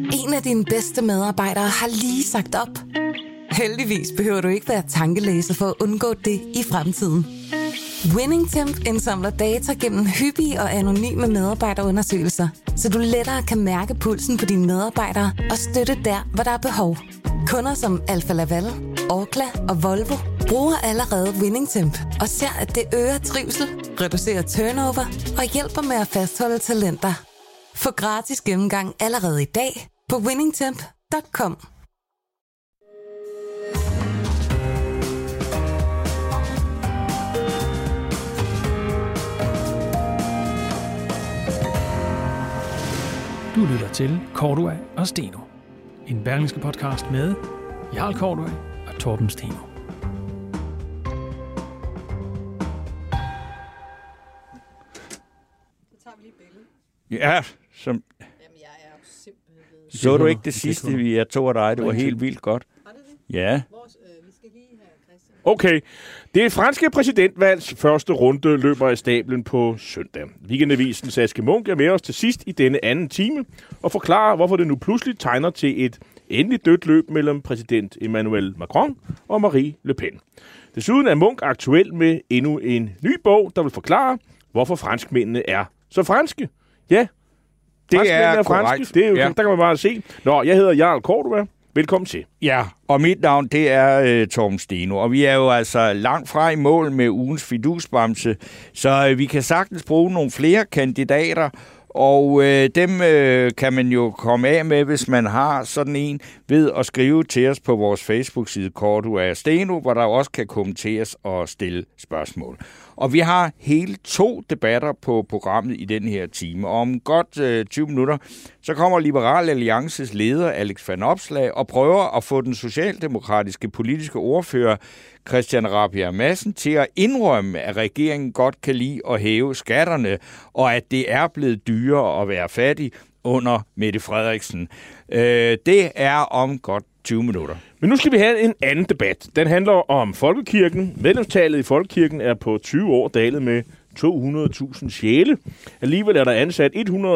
En af dine bedste medarbejdere har lige sagt op. Heldigvis behøver du ikke være tankelæser for at undgå det i fremtiden. WinningTemp indsamler data gennem hyppige og anonyme medarbejderundersøgelser, så du lettere kan mærke pulsen på dine medarbejdere og støtte der, hvor der er behov. Kunder som Alfa Laval, Orkla og Volvo bruger allerede WinningTemp og ser, at det øger trivsel, reducerer turnover og hjælper med at fastholde talenter. Få gratis gennemgang allerede i dag på winningtemp.com. Du lytter til Cordua og Steno. En Berlingske podcast med Jarl Cordua og Torben Steno. Så tager vi lige billedet. Ja, Jamen, jeg er jo simpelthen... så du ikke det sidste, jeg tog af dig? Det var helt vildt godt. Var det det? Ja. Vi skal lige have Christian. Okay. Det franske præsidentvalgs første runde løber af stablen på søndag. Weekendavisens Aske Munk er med os til sidst i denne anden time og forklarer, hvorfor det nu pludselig tegner til et endeligt dødt løb mellem præsident Emmanuel Macron og Marie Le Pen. Desuden er Munk aktuel med endnu en ny bog, der vil forklare, hvorfor franskmændene er så franske. Ja, det er korrekt. Det er jo, ja. Der kan man bare se. Nå, jeg hedder Jarl Cordua. Velkommen til. Ja, og mit navn, det er Torben Steno, og vi er jo altså langt fra i mål med ugens fidusbamse, så vi kan sagtens bruge nogle flere kandidater, og dem kan man jo komme af med, hvis man har sådan en, ved at skrive til os på vores Facebook-side Cordua og Steno, hvor der også kan kommenteres og stille spørgsmål. Og vi har hele 2 debatter på programmet i den her time. Og om godt 20 minutter, så kommer Liberal Alliances leder Alex Van Opslag og prøver at få den socialdemokratiske politiske ordfører Christian Rabjerg Madsen til at indrømme, at regeringen godt kan lide at hæve skatterne, og at det er blevet dyrere at være fattig under Mette Frederiksen. Det er om godt 20 minutter. Men nu skal vi have en anden debat. Den handler om folkekirken. Medlemstallet i folkekirken er på 20 år dalet med 200.000 sjæle. Alligevel er der ansat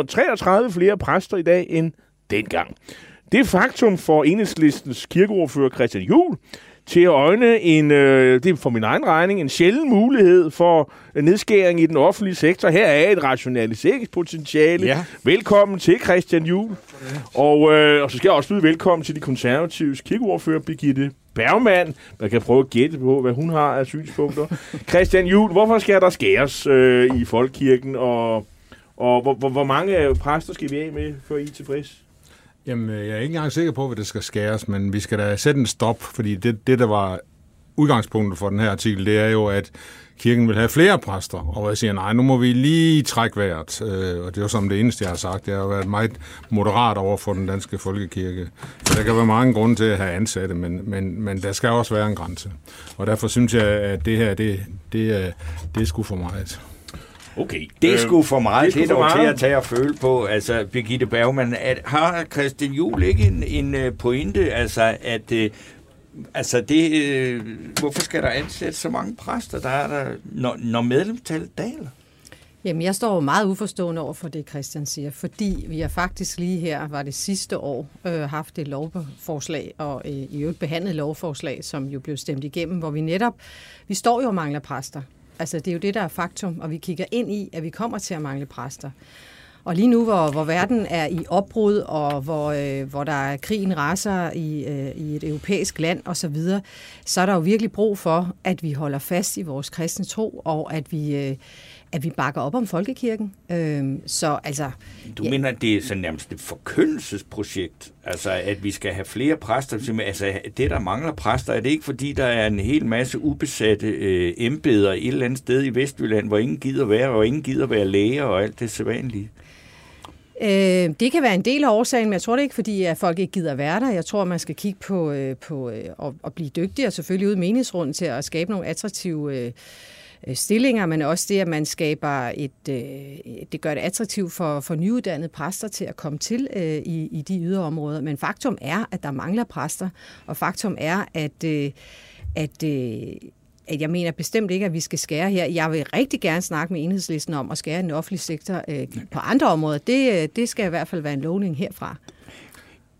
133 flere præster i dag end dengang. Det faktum for Enhedslistens kirkeordfører Christian Juhl til at øjne det er for min egen regning en sjælden mulighed for nedskæring i den offentlige sektor. Her er et rationaliseringspotentiale. Ja. Velkommen til Christian Juhl. Og så skal jeg også byde velkommen til de konservatives kirkeordfører Birgitte Bergman. Man kan prøve at gætte på, hvad hun har af synspunkter. Christian Juhl, hvorfor skal der skæres i folkekirken, og hvor mange præster skal vi af med, før I er tilfreds? Jamen, jeg er ikke engang sikker på, hvad det skal skæres, men vi skal da sætte en stop, fordi det der var udgangspunktet for den her artikel, det er jo, at kirken vil have flere præster, og jeg siger, nej, nu må vi lige trække vejret, og det er jo som det eneste, jeg har sagt, det har været meget moderat over for den danske folkekirke, for der kan være mange grunde til at have ansatte, men der skal også være en grænse, og derfor synes jeg, at det her, det er sgu for meget. Okay. Det er sgu for meget. Det er dog til at tage og føle på. Altså, Birgitte Bergman, har Christian Juhl ikke en pointe? Altså, hvorfor skal der ansætte så mange præster, når medlemstallet daler? Jamen, jeg står jo meget uforstående over for det, Christian siger, fordi vi har faktisk lige her, var det sidste år, haft et lovforslag, og i øvrigt behandlet lovforslag, som jo blev stemt igennem, hvor vi står jo og mangler præster. Altså, det er jo det, der er faktum, og vi kigger ind i, at vi kommer til at mangle præster. Og lige nu, hvor verden er i opbrud, og hvor der er krigen raser i et europæisk land osv., så er der jo virkelig brug for, at vi holder fast i vores kristne tro, og at vi bakker op om folkekirken. Så altså... Du mener, at det er sådan nærmest et forkyndelsesprojekt? Altså, at vi skal have flere præster? Altså, det, der mangler præster, er det ikke, fordi der er en hel masse ubesatte embeder et eller andet sted i Vestjylland, hvor ingen gider være, og ingen gider være læger og alt det sædvanlige? Det kan være en del af årsagen, men jeg tror det ikke, fordi at folk ikke gider være der. Jeg tror, man skal kigge på at blive dygtig, og selvfølgelig ude i menighedsrunden til at skabe nogle attraktive stillinger, men også det, at man skaber det gør det attraktivt for nyuddannede præster til at komme til i de yderområder. Men faktum er, at der mangler præster, og faktum er, at jeg mener bestemt ikke, at vi skal skære her. Jeg vil rigtig gerne snakke med Enhedslisten om at skære den offentlige sektor på andre områder. Det skal i hvert fald være en lovning herfra.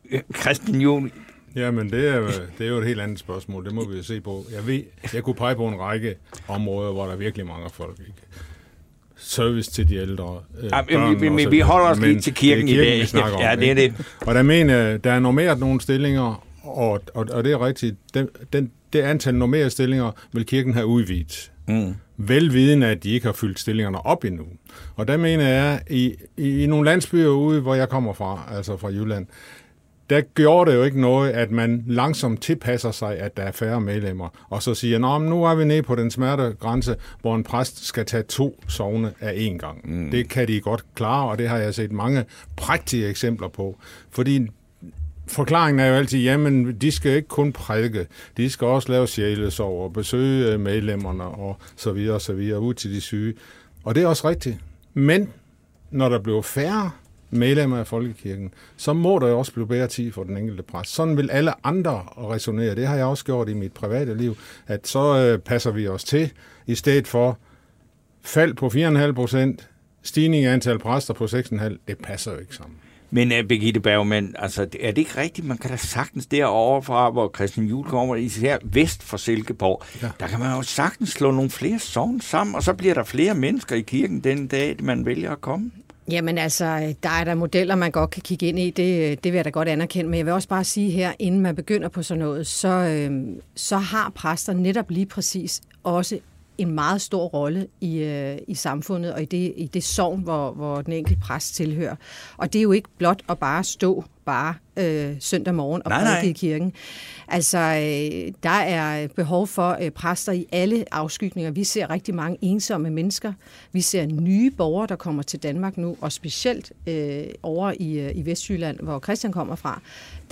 Christian Juhl. Jamen, det er jo et helt andet spørgsmål. Det må vi jo se på. Jeg kunne pege på en række områder, hvor der virkelig mangler folk. Ikke? Service til de ældre. Vi holder os lige til kirken i dag. Ja, det er det. Og der mener der er normeret nogle stillinger, og det er rigtigt. Det antal normerede stillinger vil kirken have udvidet. Velvidende, at de ikke har fyldt stillingerne op endnu. Og der mener jeg, i nogle landsbyer ude, hvor jeg kommer fra, altså fra Jylland, der gjorde det jo ikke noget, at man langsomt tilpasser sig, at der er færre medlemmer, og så siger, nu er vi nede på den smertegrænse, hvor en præst skal tage 2 sogne af én gang. Det kan de godt klare, og det har jeg set mange prægtige eksempler på. Fordi forklaringen er jo altid, jamen, de skal ikke kun prædike, de skal også lave sjælesorg og besøge medlemmerne og så videre, ud til de syge. Og det er også rigtigt. Men når der bliver færre medlemmer af folkekirken, så må der jo også blive bedre tid for den enkelte præst. Sådan vil alle andre resonere. Det har jeg også gjort i mit private liv, at så passer vi os til, i stedet for fald på 4,5%, stigning af antal præster på 6,5%, det passer jo ikke sammen. Men Birgitte Bergman, altså, er det ikke rigtigt? Man kan da sagtens derovre fra, hvor Christian Juhl kommer, især vest for Silkeborg, der kan man jo sagtens slå nogle flere sogne sammen, og så bliver der flere mennesker i kirken den dag, man vælger at komme. Jamen altså, der er der modeller, man godt kan kigge ind i, det vil jeg da godt anerkende, men jeg vil også bare sige her, inden man begynder på sådan noget, så har præster netop lige præcis også en meget stor rolle i samfundet og i det sogn, hvor den enkelte præst tilhører. Og det er jo ikke blot at bare stå søndag morgen og prædike i kirken. Altså, der er behov for præster i alle afskygninger. Vi ser rigtig mange ensomme mennesker. Vi ser nye borgere, der kommer til Danmark nu, og specielt over i Vestjylland, hvor Christian kommer fra.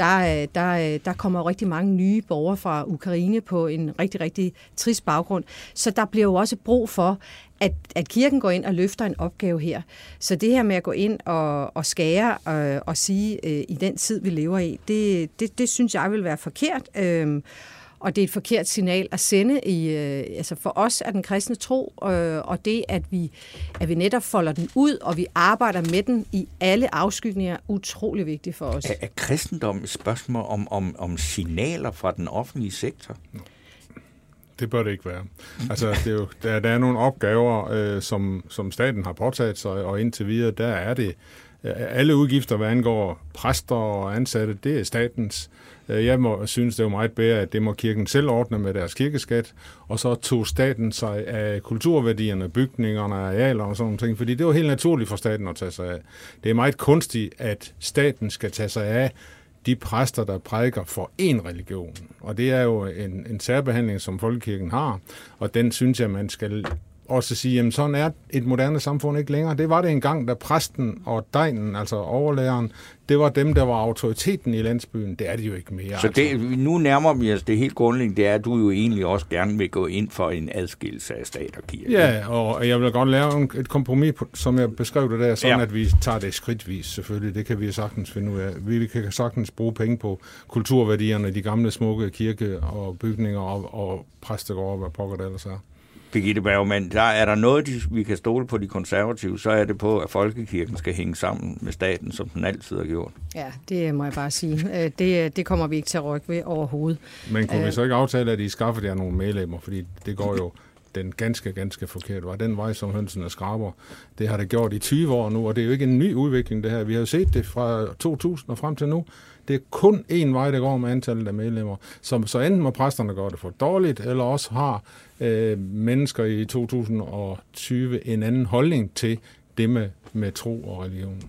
Der kommer rigtig mange nye borgere fra Ukraine på en rigtig, rigtig trist baggrund. Så der bliver jo også brug for, at kirken går ind og løfter en opgave her. Så det her med at gå ind og skære og sige, i den tid, vi lever i, det synes jeg vil være forkert. Og det er et forkert signal at sende altså for os er den kristne tro, og det, at vi netop folder den ud, og vi arbejder med den i alle afskygninger, utrolig vigtigt for os. Er kristendom et spørgsmål om signaler fra den offentlige sektor? Det bør det ikke være. Altså, det er jo, der er nogle opgaver, som staten har påtaget sig, og indtil videre, der er det alle udgifter, hvad angår præster og ansatte, det er statens. Jeg synes, det er jo meget bedre, at det må kirken selv ordne med deres kirkeskat, og så tog staten sig af kulturværdierne, bygningerne, arealer og sådan noget, fordi det var helt naturligt for staten at tage sig af. Det er meget kunstigt, at staten skal tage sig af de præster, der prædiker for én religion. Og det er jo en særbehandling, som folkekirken har, og den synes jeg, man skal også sige, jamen sådan er et moderne samfund ikke længere. Det var det engang, da præsten og degnen, altså overlæreren, det var dem, der var autoriteten i landsbyen. Det er det jo ikke mere. Så nu nærmer vi os det helt grundlæggende, det er, at du jo egentlig også gerne vil gå ind for en adskillelse af stat og kirke. Ja, og jeg vil godt lave et kompromis, som jeg beskrev det der, sådan at vi tager det skridtvis selvfølgelig. Det kan vi sagtens finde ud af. Vi kan sagtens bruge penge på kulturværdierne, de gamle smukke kirke og bygninger og præstegårde, hvad pokker det ellers er. Birgitte Bergman, er der noget, vi kan stole på de konservative, så er det på, at folkekirken skal hænge sammen med staten, som den altid har gjort. Ja, det må jeg bare sige. Det kommer vi ikke til at rykke ved overhovedet. Men kunne vi så ikke aftale, at I skaffer jer nogle medlemmer, fordi det går jo den ganske forkert vej. Den vej, som hønsene skraber, det har det gjort i 20 år nu, og det er jo ikke en ny udvikling, det her. Vi har jo set det fra 2000 og frem til nu. Det er kun én vej, der går med antallet af medlemmer. Så enten må præsterne gøre det for dårligt, eller også har mennesker i 2020 en anden holdning til det med tro og religion.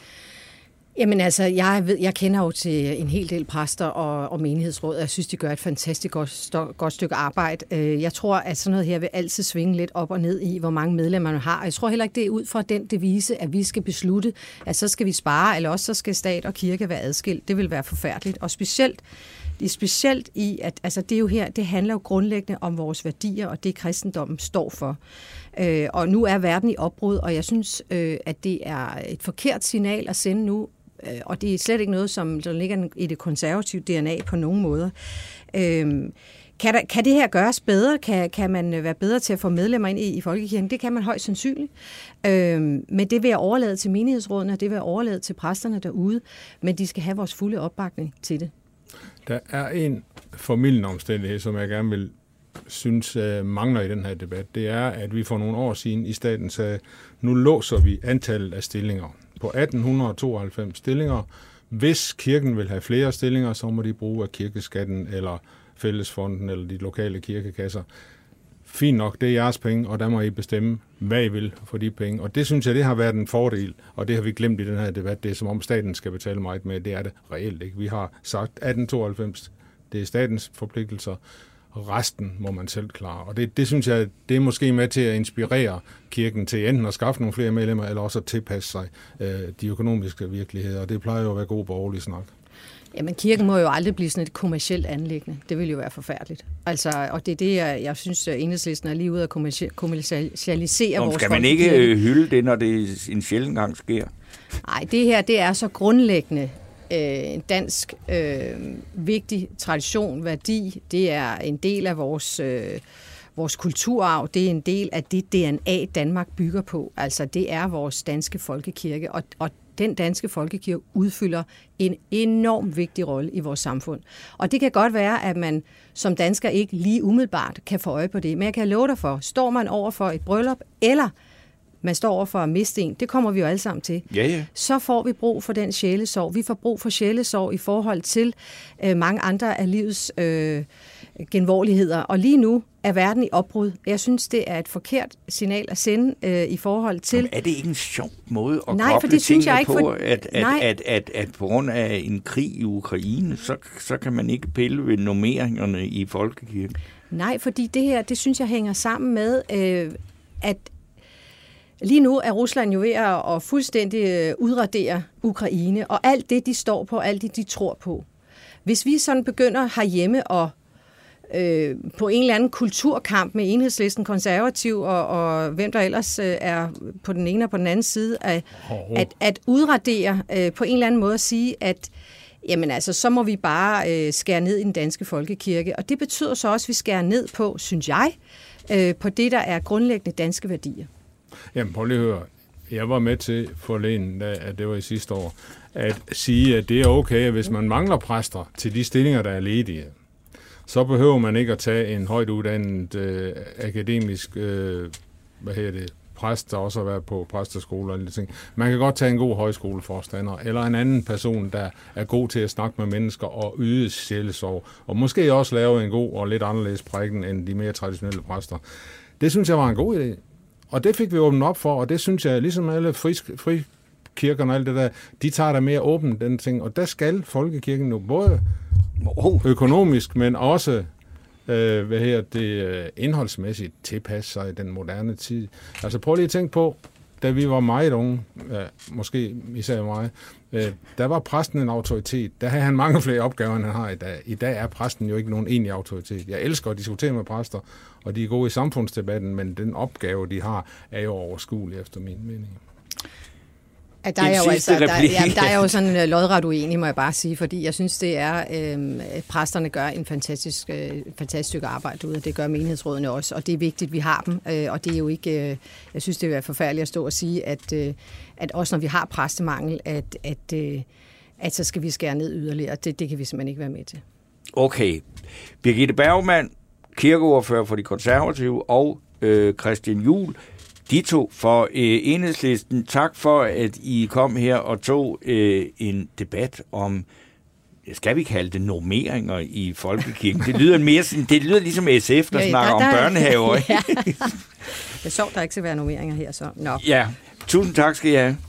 Jamen altså, jeg kender jo til en hel del præster og menighedsråd, og jeg synes, de gør et fantastisk godt stykke arbejde. Jeg tror, at sådan noget her vil altid svinge lidt op og ned i, hvor mange medlemmer man har. Jeg tror heller ikke, det er ud fra den devise, at vi skal beslutte, at så skal vi spare, eller også så skal stat og kirke være adskilt. Det vil være forfærdeligt, og specielt i, at altså, det er jo her, det handler jo grundlæggende om vores værdier, og det kristendommen står for. Og nu er verden i opbrud, og jeg synes, at det er et forkert signal at sende nu, og det er slet ikke noget, som der ligger i det konservative DNA på nogen måder. Kan det her gøres bedre? Kan man være bedre til at få medlemmer ind i folkekirken? Det kan man højst sandsynligt. Men det vil jeg overlade til menighedsrådene, og det vil jeg overlade til præsterne derude. Men de skal have vores fulde opbakning til det. Der er en formildende omstændighed, som jeg gerne vil synes mangler i den her debat. Det er, at vi for nogle år siden i staten sagde, nu låser vi antallet af stillinger på 1892 stillinger. Hvis kirken vil have flere stillinger, så må de bruge af kirkeskatten eller fællesfonden eller de lokale kirkekasser. Fint nok, det er jeres penge, og der må I bestemme, hvad I vil for de penge. Og det synes jeg, det har været en fordel, og det har vi glemt i den her debat. Det er som om staten skal betale meget mere. Det er det reelt ikke. Vi har sagt 1892, det er statens forpligtelser. Resten må man selv klare. Og det synes jeg, det er måske med til at inspirere kirken til enten at skaffe nogle flere medlemmer, eller også at tilpasse sig de økonomiske virkeligheder. Og det plejer jo at være god borgerlig snak. Jamen, kirken må jo aldrig blive sådan et kommercielt anliggende. Det vil jo være forfærdeligt. Altså, og det er det, jeg synes, at Enhedslisten er lige ude at kommercialisere vores skal man ikke hylde det, når det en sjælden gang sker? Nej, det her, det er så grundlæggende en dansk vigtig tradition, værdi. Det er en del af vores kulturarv. Det er en del af det DNA, Danmark bygger på. Altså, det er vores danske folkekirke, og den danske folkekirke udfylder en enorm vigtig rolle i vores samfund. Og det kan godt være, at man som dansker ikke lige umiddelbart kan få øje på det, men jeg kan love dig for, står man over for et bryllup, eller man står over for at miste en, det kommer vi jo alle sammen til, så får vi brug for den sjælesorg. Vi får brug for sjælesorg i forhold til mange andre af livets genvorligheder. Og lige nu er verden i opbrud. Jeg synes, det er et forkert signal at sende i forhold til... Men er det ikke en sjov måde at koble tingene på, at på grund af en krig i Ukraine, så kan man ikke pille ved normeringerne i folkekirken? Nej, fordi det her, det synes jeg hænger sammen med, at lige nu er Rusland jo ved at fuldstændig udradere Ukraine, og alt det, de står på, alt det, de tror på. Hvis vi sådan begynder herhjemme og på en eller anden kulturkamp med Enhedslisten, Konservativ og hvem der ellers er på den ene og på den anden side, at udradere på en eller anden måde at sige, at jamen altså, så må vi bare skære ned i den danske folkekirke. Og det betyder så også, at vi skærer ned på, synes jeg, på det, der er grundlæggende danske værdier. Jamen, prøv lige at høre. Jeg var med til forleden, at det var i sidste år, at sige, at det er okay, hvis man mangler præster til de stillinger, der er ledige. Så behøver man ikke at tage en højt uddannet akademisk præst, der også har været på præsteskoler og ting. Man kan godt tage en god højskoleforstander, eller en anden person, der er god til at snakke med mennesker og yde sjælesorg, og måske også lave en god og lidt anderledes prædiken end de mere traditionelle præster. Det synes jeg var en god idé. Og det fik vi åbnet op for, og det synes jeg, ligesom alle frikirkerne og alt det der, de tager der mere åbent, den ting. Og der skal folkekirken nu både økonomisk, men også indholdsmæssigt tilpasse sig i den moderne tid. Altså prøv lige at tænke på, da vi var meget unge, måske især mig, der var præsten en autoritet. Der havde han mange flere opgaver, end han har i dag. I dag er præsten jo ikke nogen egentlig autoritet. Jeg elsker at diskutere med præster, og de er gode i samfundsdebatten, men den opgave, de har, er jo overskuelig efter min mening. Der er jo sådan lodret uenig, må jeg bare sige, fordi jeg synes, det er, at præsterne gør en fantastisk stykke arbejde ude, og det gør menighedsrådene også, og det er vigtigt, at vi har dem, og det er jo ikke, jeg synes, det er forfærdeligt at stå og sige, at også når vi har præstemangel, at så skal vi skære ned yderligere, det kan vi simpelthen ikke være med til. Okay. Birgitte Bergman, kirkeordfører for de konservative, og Christian Juhl, de to for Enhedslisten. Tak for, at I kom her og tog en debat om, skal vi kalde det, normeringer i folkekirken. Det lyder ligesom SF, der snakker om børnehaver. Ja. Det er sjovt, der ikke skal være normeringer her, så. Nå. Ja, tusind tak skal I have.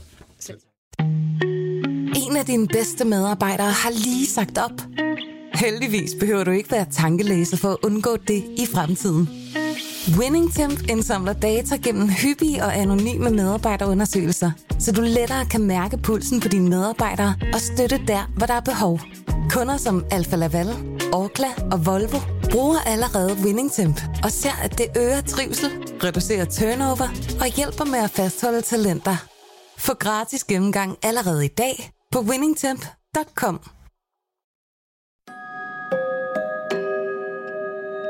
En af dine bedste medarbejdere har lige sagt op. Heldigvis behøver du ikke være tankelæser for at undgå det i fremtiden. WinningTemp indsamler data gennem hyppige og anonyme medarbejderundersøgelser, så du lettere kan mærke pulsen på dine medarbejdere og støtte der, hvor der er behov. Kunder som Alfa Laval, Orkla og Volvo bruger allerede WinningTemp og ser, at det øger trivsel, reducerer turnover og hjælper med at fastholde talenter. Få gratis gennemgang allerede i dag på winningtemp.com.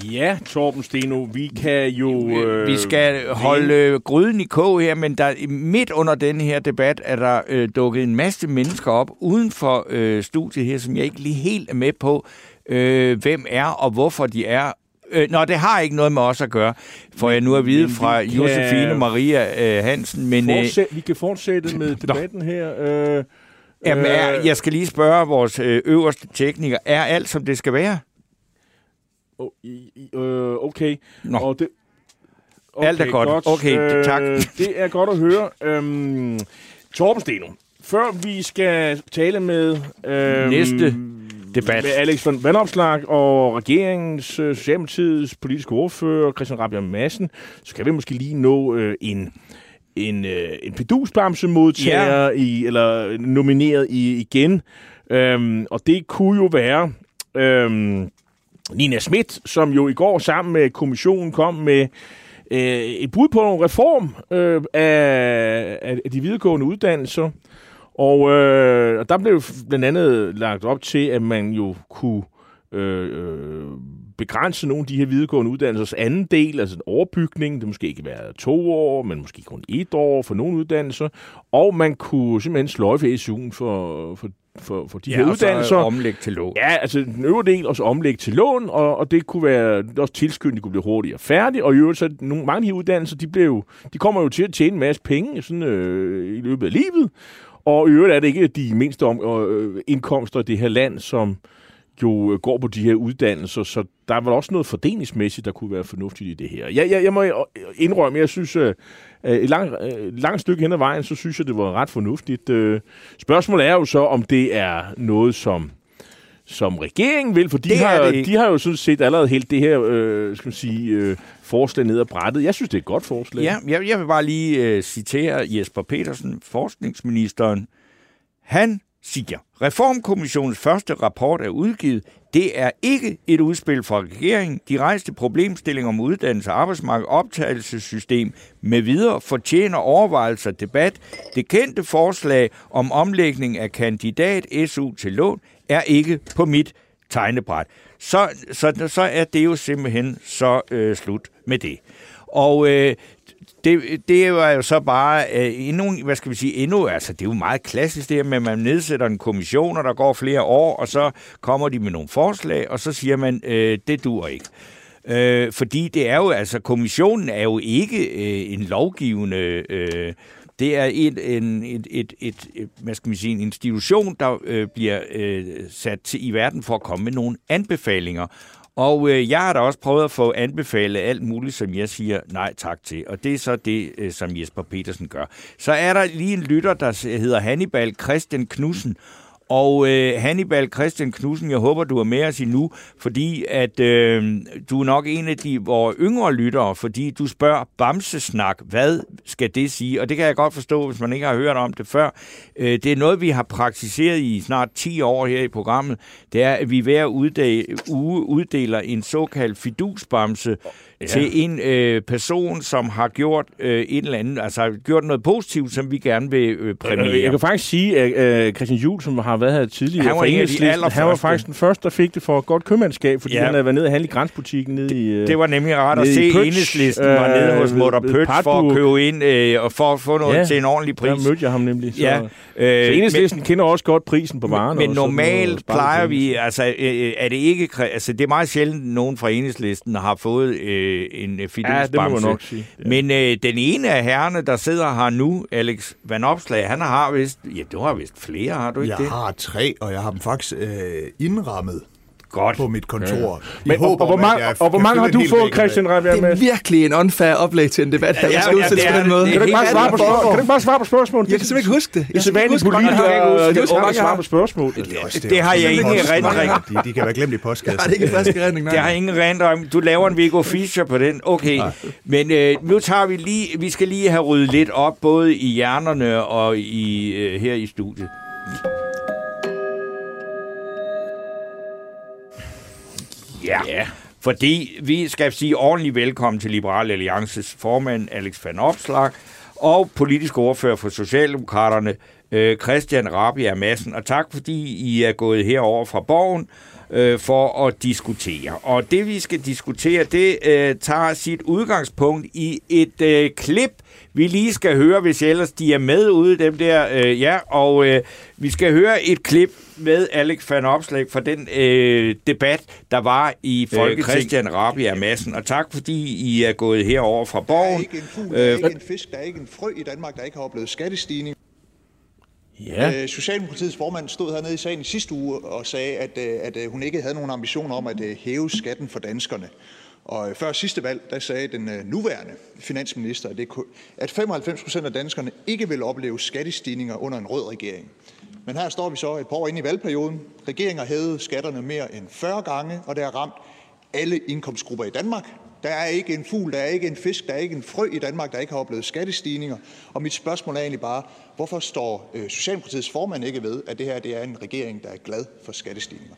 Ja, Torben Steno, vi kan jo... Vi skal holde gryden i kog her, men der, midt under den her debat er der dukket en masse mennesker op uden for studiet her, som jeg ikke lige helt er med på, hvem er og hvorfor de er. Det har ikke noget med os at gøre, for jeg nu at vide fra Josefine Maria Hansen. Men vi kan fortsætte med debatten her. Jeg skal lige spørge vores øverste tekniker, er alt, som det skal være? Okay. Nå. Okay, alt er godt. Okay, tak. Det er godt at høre. Torben Steno, før vi skal tale med... Næste debat. Med Alex Vanopslagh og regeringens, Socialdemokratiets politiske ordfører, Christian Rabjerg Madsen, så kan vi måske lige nå en fidusbamsemodtager eller nomineret igen. Og det kunne jo være Nina Smith, som jo i går sammen med kommissionen kom med et bud på en reform af de videregående uddannelser. Og der blev blandt andet lagt op til, at man jo kunne begrænse nogle af de her videregående uddannelsers anden del, altså en overbygning. Det måske ikke være 2 år, men måske kun 1 år for nogle uddannelser. Og man kunne simpelthen sløjfe SU'en for de her uddannelser. Og så omlægge til lån. Ja, altså den øvre del, og så omlægge til lån, og det kunne være også tilskyndt, de kunne blive hurtigere færdige. Og i øvrigt, så mange af de her uddannelser, de kommer jo til at tjene en masse penge sådan, i løbet af livet. Og i øvrigt er det ikke de mindste indkomster i det her land, som jo går på de her uddannelser, så der var også noget fordelingsmæssigt, der kunne være fornuftigt i det her. Jeg må indrømme, jeg synes, et langt stykke hen ad vejen, så synes jeg, det var ret fornuftigt. Spørgsmålet er jo så, om det er noget, som regeringen vil, for de har jo sådan set allerede helt det her, forslag ned ad brættet. Jeg synes, det er et godt forslag. Ja, jeg vil bare lige citere Jesper Petersen, forskningsministeren. Han siger, Reformkommissionens første rapport er udgivet. Det er ikke et udspil fra regeringen. De rejste problemstillinger om uddannelse, arbejdsmarked, optagelsessystem med videre fortjener overvejelser og debat. Det kendte forslag om omlægning af kandidat SU til lån er ikke på mit tegnebræt. Så er det jo simpelthen så slut med det. Og det var jo så bare altså det er jo meget klassisk det her med, at man nedsætter en kommission, og der går flere år, og så kommer de med nogle forslag, og så siger man, det duer ikke. Fordi det er jo, altså kommissionen er jo ikke en lovgivende... Det er en institution, der bliver sat i verden for at komme med nogle anbefalinger. Og jeg har da også prøvet at få anbefalet alt muligt, som jeg siger nej tak til. Og det er så det, som Jesper Petersen gør. Så er der lige en lytter, der hedder Hannibal Christian Knudsen. Og Hannibal Christian Knudsen, jeg håber, du er med os endnu, fordi at du er nok en af vores yngre lyttere, fordi du spørger bamsesnak, hvad skal det sige? Og det kan jeg godt forstå, hvis man ikke har hørt om det før. Det er noget, vi har praktiseret i snart 10 år her i programmet. Det er, at vi hver uge uddeler en såkaldt fidusbamse til en person, som har gjort et eller andet, altså gjort noget positivt, som vi gerne vil præmiere. Jeg kan faktisk sige, at Christian Juhl, som har været her tidligere, han var faktisk den første, der fik det for godt købmandskab, fordi han havde været nede og handle i grænsbutikken nede i det var nemlig rart at se, Enhedslisten var nede hos Mutter Pøtz for at købe ind og for at få noget til en ordentlig pris. Der mødte jeg ham nemlig. Så Enhedslisten kender også godt prisen på varerne. Men normalt plejer vi, altså er det ikke, altså det er meget sjældent, nogen fra Enhedslisten har fået en fidusbamse. Men den ene af herrerne, der sidder her nu, Alex Vanopslagh, han har vist, du har vist flere, har du ikke det? Jeg har 3, og jeg har dem faktisk indrammet. Godt. På mit kontor. Men, hvor mange har du fået, Christian Rabjerg Madsen? Det er virkelig en unfair oplæg til en debat her. Kan du ikke bare svare på spørgsmålet? Jeg kan simpelthen ikke huske det. Det er sædvanligt politikere, svare på spørgsmålet. Det har jeg ingen erindring. De kan være glemt i postkassen. Det er ikke fast erindring. Det har ingen erindring. Du laver en Viggo Fischer på den. Okay. Men nu tager vi lige, vi skal lige have ryddet lidt op, både i hjernerne og her i studiet. Ja, fordi vi skal sige ordentligt velkommen til Liberal Alliances formand, Alex Vanopslagh, og politisk ordfører for Socialdemokraterne, Christian Rabjerg Madsen, og tak fordi I er gået herover fra Borgen for at diskutere. Og det vi skal diskutere, det tager sit udgangspunkt i et klip, vi lige skal høre, hvis ellers de er med ude, dem der. Vi skal høre et klip med Alex Van Opslæk fra den debat, der var i Folketinget. Christian Rabjerg Madsen, og tak fordi I er gået herover fra Borgen. Der er ikke en fugl, der er ikke en fisk, der er ikke en frø i Danmark, der ikke har oplevet skattestigning. Ja. Socialdemokratiets formand stod hernede i sagen i sidste uge og sagde, at hun ikke havde nogen ambitioner om at hæve skatten for danskerne. Og før sidste valg, der sagde den nuværende finansminister, at 95% af danskerne ikke vil opleve skattestigninger under en rød regering. Men her står vi så et par år inde i valgperioden. Regeringen har hævet skatterne mere end 40 gange, og det har ramt alle indkomstgrupper i Danmark. Der er ikke en fugl, der er ikke en fisk, der er ikke en frø i Danmark, der ikke har oplevet skattestigninger. Og mit spørgsmål er egentlig bare, hvorfor står Socialdemokratiets formand ikke ved, at det her det er en regering, der er glad for skattestigninger?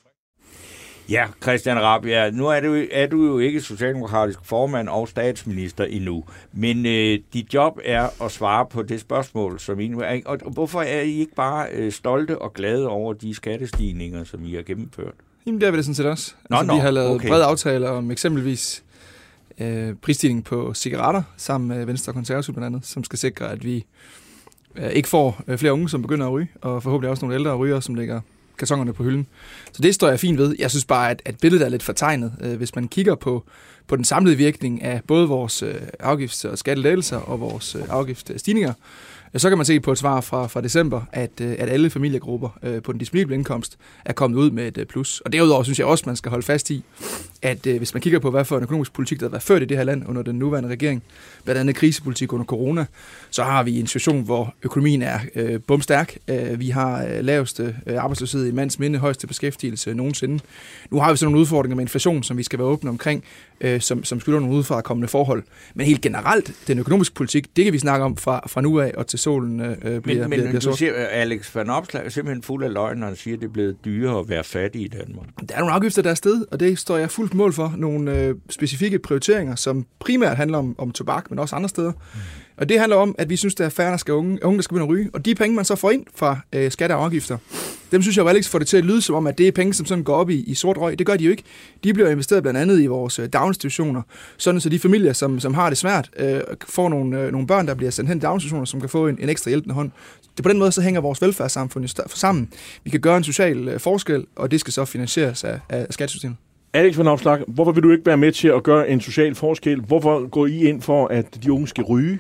Ja, Christian Rabjerg, nu er du jo ikke socialdemokratisk formand og statsminister endnu, men dit job er at svare på det spørgsmål, som I er. Og hvorfor er I ikke bare stolte og glade over de skattestigninger, som I har gennemført? Jamen, det er vi det sådan set også. Vi har lavet brede aftaler om eksempelvis prisstigning på cigaretter, sammen med Venstre og Konservative blandt andet, som skal sikre, at vi ikke får flere unge, som begynder at ryge, og forhåbentlig også nogle ældre rygere, som lægger kartonerne på hylden. Så det står jeg fint ved. Jeg synes bare, at billedet er lidt fortegnet. Hvis man kigger på den samlede virkning af både vores afgifts- og skattelettelser og vores afgiftsstigninger, så kan man se på et svar fra december, at alle familiegrupper på den disponible indkomst er kommet ud med et plus. Og derudover synes jeg også, man skal holde fast i, at hvis man kigger på, hvad for en økonomisk politik, der har været ført i det her land under den nuværende regering, blandt andet krisepolitik under corona, så har vi en situation, hvor økonomien er bumstærk. Vi har laveste arbejdsløshed i mands minde, højeste beskæftigelse nogensinde. Nu har vi så nogle udfordringer med inflation, som vi skal være åbne omkring, som skylder nogle udefrakommende forhold. Men helt generelt, den økonomiske politik, det kan vi snakke om fra nu af og til solen bliver Men sort. du siger, Alex Van Opslæk er simpelthen fuld af løgn, når han siger, at det er blevet dyrere at være fattig i Danmark. Der er nogle afgifter, der er sted, og det står jeg fuldt mål for. Nogle specifikke prioriteringer, som primært handler om tobak, men også andre steder. Og det handler om, at vi synes, der er færre, unge, der skal begynde at ryge. Og de penge, man så får ind fra skatter og afgifter, dem synes jeg jo Alex får det til at lyde som om, at det er penge, som sådan går op i sort røg. Det gør de jo ikke. De bliver investeret blandt andet i vores daginstitutioner, sådan så de familier, som har det svært, får nogle børn, der bliver sendt hen i daginstitutioner, som kan få en ekstra hjælpende hånd. Det på den måde, så hænger vores velfærdssamfund sammen. Vi kan gøre en social forskel, og det skal så finansieres af skattesystemet. Alex Van Opslæk, hvorfor vil du ikke være med til at gøre en social forskel? Hvorfor går I ind for, at de unge skal ryge,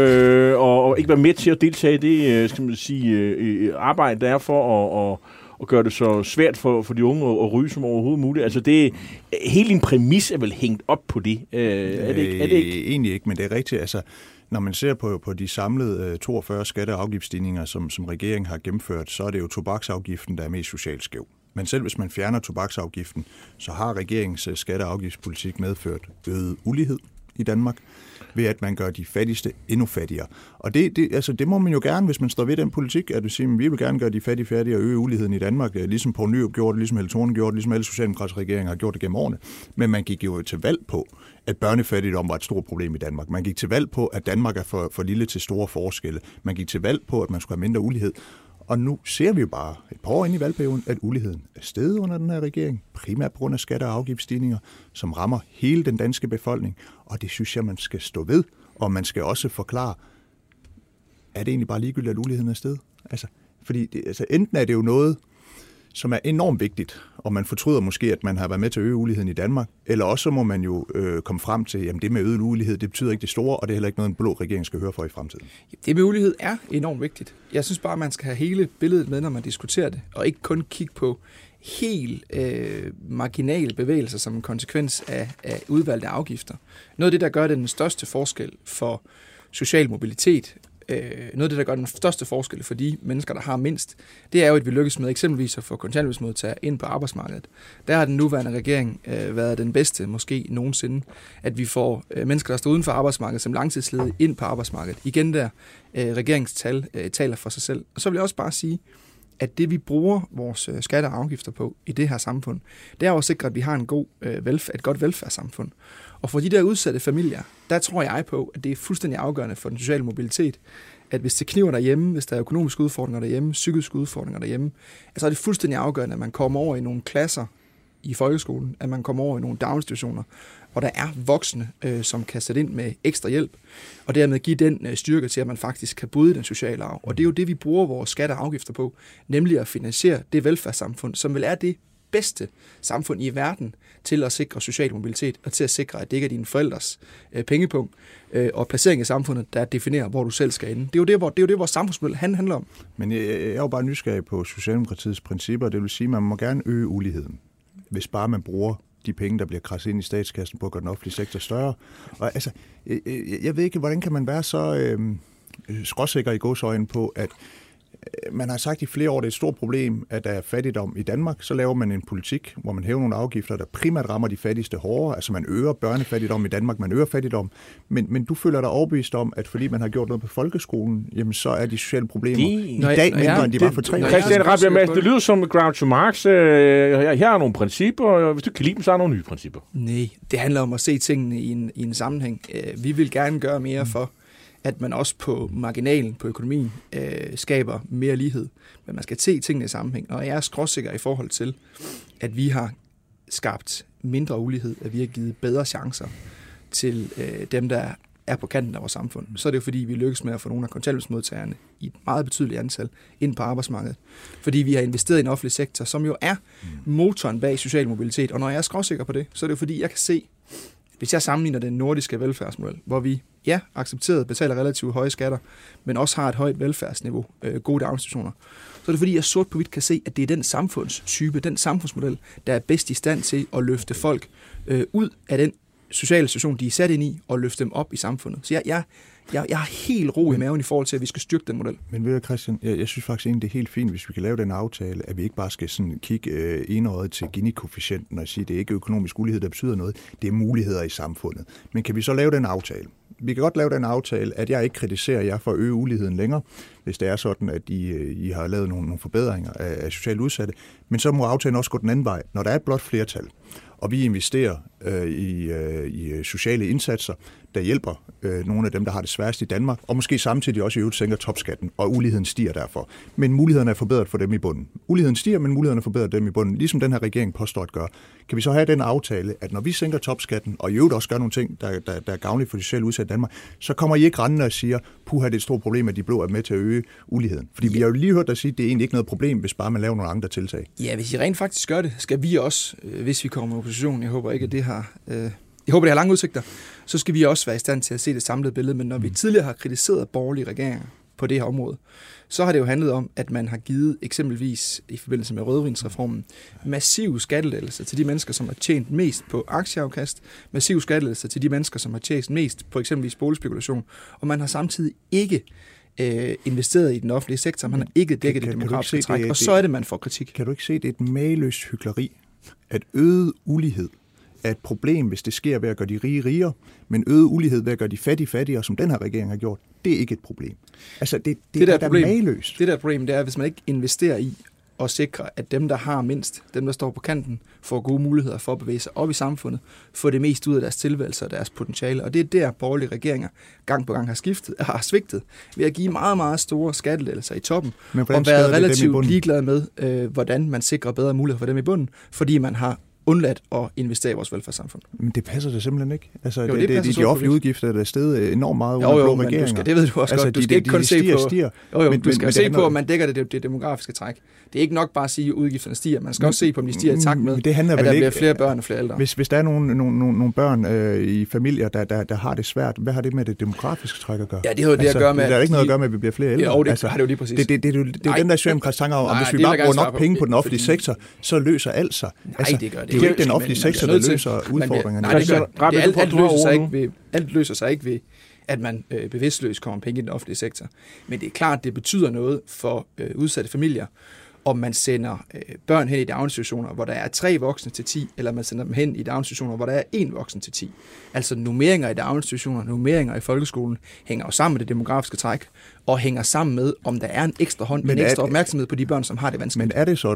og ikke være med til at deltage i det, skal man sige, arbejde, der er for at gøre det så svært for de unge at ryge som overhovedet muligt? Altså, hele din præmis er vel hængt op på det? Er det ikke? Egentlig ikke, men det er rigtigt. Altså, når man ser på de samlede 42 skatte- og afgiftsstigninger, som regeringen har gennemført, så er det jo tobaksafgiften, der er mest socialt skæv. Men selv hvis man fjerner tobaksafgiften, så har regeringens skatte- og afgiftspolitik medført øget ulighed i Danmark, ved at man gør de fattigste endnu fattigere. Og det må man jo gerne, hvis man står ved den politik, at sige, at vi vil gerne gøre de fattige og øge uligheden i Danmark, ligesom Poul Nyrup gjorde det, ligesom Helle Thorning gjorde det, ligesom alle socialdemokratiske regeringer har gjort det gennem årene. Men man gik jo til valg på, at børnefattigdom var et stort problem i Danmark. Man gik til valg på, at Danmark er for lille til store forskelle. Man gik til valg på, at man skulle have mindre ulighed. Og nu ser vi jo bare et par år inde i valgperioden, at uligheden er steget under den her regering, primært på grund af skatte- og afgiftsstigninger, som rammer hele den danske befolkning. Og det synes jeg, man skal stå ved, og man skal også forklare, er det egentlig bare ligegyldigt, at uligheden er steget? Altså, fordi enten er det jo noget, som er enormt vigtigt, og man fortryder måske, at man har været med til at øge uligheden i Danmark, eller også må man jo komme frem til, at det med øget ulighed, det betyder ikke det store, og det er heller ikke noget, en blå regering skal høre for i fremtiden. Det med ulighed er enormt vigtigt. Jeg synes bare, at man skal have hele billedet med, når man diskuterer det, og ikke kun kigge på helt marginale bevægelser som en konsekvens af udvalgte afgifter. Noget af det, der gør den største forskel for social mobilitet, noget af det, der gør den største forskel for de mennesker, der har mindst, det er jo, at vi lykkes med eksempelvis at få kontanthjælpsmodtagere ind på arbejdsmarkedet. Der har den nuværende regering været den bedste, måske nogensinde, at vi får mennesker, der står uden for arbejdsmarkedet, som langtidsledige, ind på arbejdsmarkedet. Igen der, regeringstal taler for sig selv. Og så vil jeg også bare sige, at det vi bruger vores skatter og afgifter på i det her samfund, det er jo at sikre, at vi har et godt velfærdssamfund. Og for de der udsatte familier, der tror jeg på, at det er fuldstændig afgørende for den sociale mobilitet, at hvis det kniver derhjemme, hvis der er økonomiske udfordringer derhjemme, psykiske udfordringer derhjemme, så er det fuldstændig afgørende, at man kommer over i nogle klasser i folkeskolen, at man kommer over i nogle daginstitutioner, hvor der er voksne, som kan sætte ind med ekstra hjælp, og dermed give den styrke til, at man faktisk kan bryde den sociale arv. Og det er jo det, vi bruger vores skatter og afgifter på, nemlig at finansiere det velfærdssamfund, som vel er det bedste samfund i verden til at sikre social mobilitet, og til at sikre, at det ikke er dine forældres pengepunkt og placering i samfundet, der definerer, hvor du selv skal ende. Det er jo det, vores samfundsmodel handler om. Men jeg er jo bare nysgerrig på Socialdemokratiets principper. Det vil sige, at man må gerne øge uligheden, hvis bare man bruger de penge, der bliver kradset ind i statskassen på at gøre den offentlige sektor større. Og altså, jeg ved ikke, hvordan kan man være så skråsikker i gåseøjne på, at man har sagt i flere år, det er et stort problem, at der er fattigdom i Danmark. Så laver man en politik, hvor man hæver nogle afgifter, der primært rammer de fattigste hårdere. Altså man øger børnefattigdom i Danmark, man øger fattigdom. Men du føler dig overbevist om, at fordi man har gjort noget på folkeskolen, jamen så er de sociale problemer i dag mindre, end de var for 3 år siden. Christian Rabjerg Madsen, det lyder som Groucho Marx. Her er nogle principper, og hvis du kan lide dem, så er der nogle nye principper. Nej, det handler om at se tingene i en sammenhæng. Vi vil gerne gøre mere for, at man også på marginalen, på økonomien, skaber mere lighed. Men man skal se tingene i sammenhæng. Og jeg er skråsikker i forhold til, at vi har skabt mindre ulighed, at vi har givet bedre chancer til dem, der er på kanten af vores samfund. Så er det jo fordi, vi lykkes med at få nogle af kontanthjælpsmodtagerne i et meget betydeligt antal ind på arbejdsmarkedet. Fordi vi har investeret i en offentlig sektor, som jo er motoren bag social mobilitet. Og når jeg er skråsikker på det, så er det jo fordi, jeg kan se, hvis jeg sammenligner den nordiske velfærdsmodel, hvor vi accepteret betaler relativt høje skatter, men også har et højt velfærdsniveau, gode daginstitutioner, så er det fordi, jeg sort på hvidt kan se, at det er den samfundstype, den samfundsmodel, der er bedst i stand til at løfte folk ud af den sociale situation, de er sat ind i, og løfte dem op i samfundet. Så jeg har helt ro i maven i forhold til, at vi skal styrke den model. Men ved du, Christian, jeg synes faktisk egentlig, det er helt fint, hvis vi kan lave den aftale, at vi ikke bare skal sådan kigge enøjet til Gini-koefficienten og sige, at det er ikke økonomisk ulighed, der betyder noget. Det er muligheder i samfundet. Men kan vi så lave den aftale? Vi kan godt lave den aftale, at jeg ikke kritiserer jer for at øge uligheden længere, hvis det er sådan, at I har lavet nogle forbedringer af socialt udsatte. Men så må aftalen også gå den anden vej. Når der er et blot flertal, og vi investerer i sociale indsatser, der hjælper nogle af dem, der har det sværest i Danmark, og måske samtidig også i øvrigt sænker topskatten, og uligheden stiger derfor. Men mulighederne er forbedret for dem i bunden. Uligheden stiger, men mulighederne er forbedret dem i bunden, ligesom den her regering påstår at gøre. Kan vi så have den aftale, at når vi sænker topskatten, og i øvrigt også gør nogle ting, der er gavnlige for de socialt udsatte i Danmark, så kommer I ikke rendende og siger, puha, det er et stort problem, at de blå er med til at øge uligheden. Fordi vi har jo lige hørt dig sige, at det er egentlig ikke noget problem, hvis bare man laver nogle andre tiltag. Ja, hvis I rent faktisk gør det, skal vi også, hvis vi kommer i opposition, jeg håber ikke, at det har... Jeg håber, det har lange udsigter, så skal vi også være i stand til at se det samlede billede. Men når vi tidligere har kritiseret borgerlige regeringer på det her område, så har det jo handlet om, at man har givet eksempelvis i forbindelse med rødvinsreformen massive skattelettelser til de mennesker, som har tjent mest på aktieafkast, massive skattelettelser til de mennesker, som har tjent mest på eksempelvis boligspekulation, og man har samtidig ikke investeret i den offentlige sektor, man har ikke dækket det demografiske træk, og så er det, man får kritik. Kan du ikke se, det er et mageløst hykleri, at øget ulighed er et problem, hvis det sker ved at gøre de rige rigere, men øget ulighed ved at gøre de fattige fattigere, som den her regering har gjort, det er ikke et problem. Altså, det er da mageløst. Det der problem, det er, hvis man ikke investerer i at sikre, at dem, der har mindst, dem, der står på kanten, får gode muligheder for at bevæge sig op i samfundet, få det mest ud af deres tilværelse og deres potentiale. Og det er der, borgerlige regeringer gang på gang har svigtet ved at give meget, meget store skattelettelser i toppen, og været relativt ligeglade med, hvordan man sikrer bedre muligheder for dem i bunden, fordi man har undladt at investere i vores velfærdssamfund. Men det passer det simpelthen ikke. Altså, jo, de offentlige udgifter der er steget enormt meget under blå regeringer. Det ved du også godt. Du skal ikke kun se på... Du skal se på, om man dækker det demografiske træk. Det er ikke nok bare at sige, at udgifterne stiger. Man skal også se på, om de stiger i takt med, at der bliver flere børn og flere ældre. Hvis der er nogle børn i familier, der har det svært, hvad har det med det demografiske træk at gøre? Ja, det har jo det at gøre med... Der er ikke noget at gøre med, at vi bliver flere ældre. Jo, det har det jo lige præcis. Det er den der socialdemokratiske tanker om, hvis vi bare bruger nok penge på den offentlige sektor, så løser alt sig. Nej, det gør det. Det er jo ikke den offentlige sektor, der løser udfordringerne. Nej, alt løser sig ikke ved, at man bevidstløst kommer penge i den offentlige sektor. Men det er klart, det betyder noget for udsatte familier, om man sender børn hen i daginstitutioner, hvor der er 3 voksne til 10, eller man sender dem hen i daginstitutioner, hvor der er 1 voksen til 10. Altså nummeringer i daginstitutioner, nummeringer i folkeskolen, hænger jo sammen med det demografiske træk, og hænger sammen med, om der er en ekstra hånd, en ekstra opmærksomhed på de børn, som har det vanskeligt. Men er det sådan,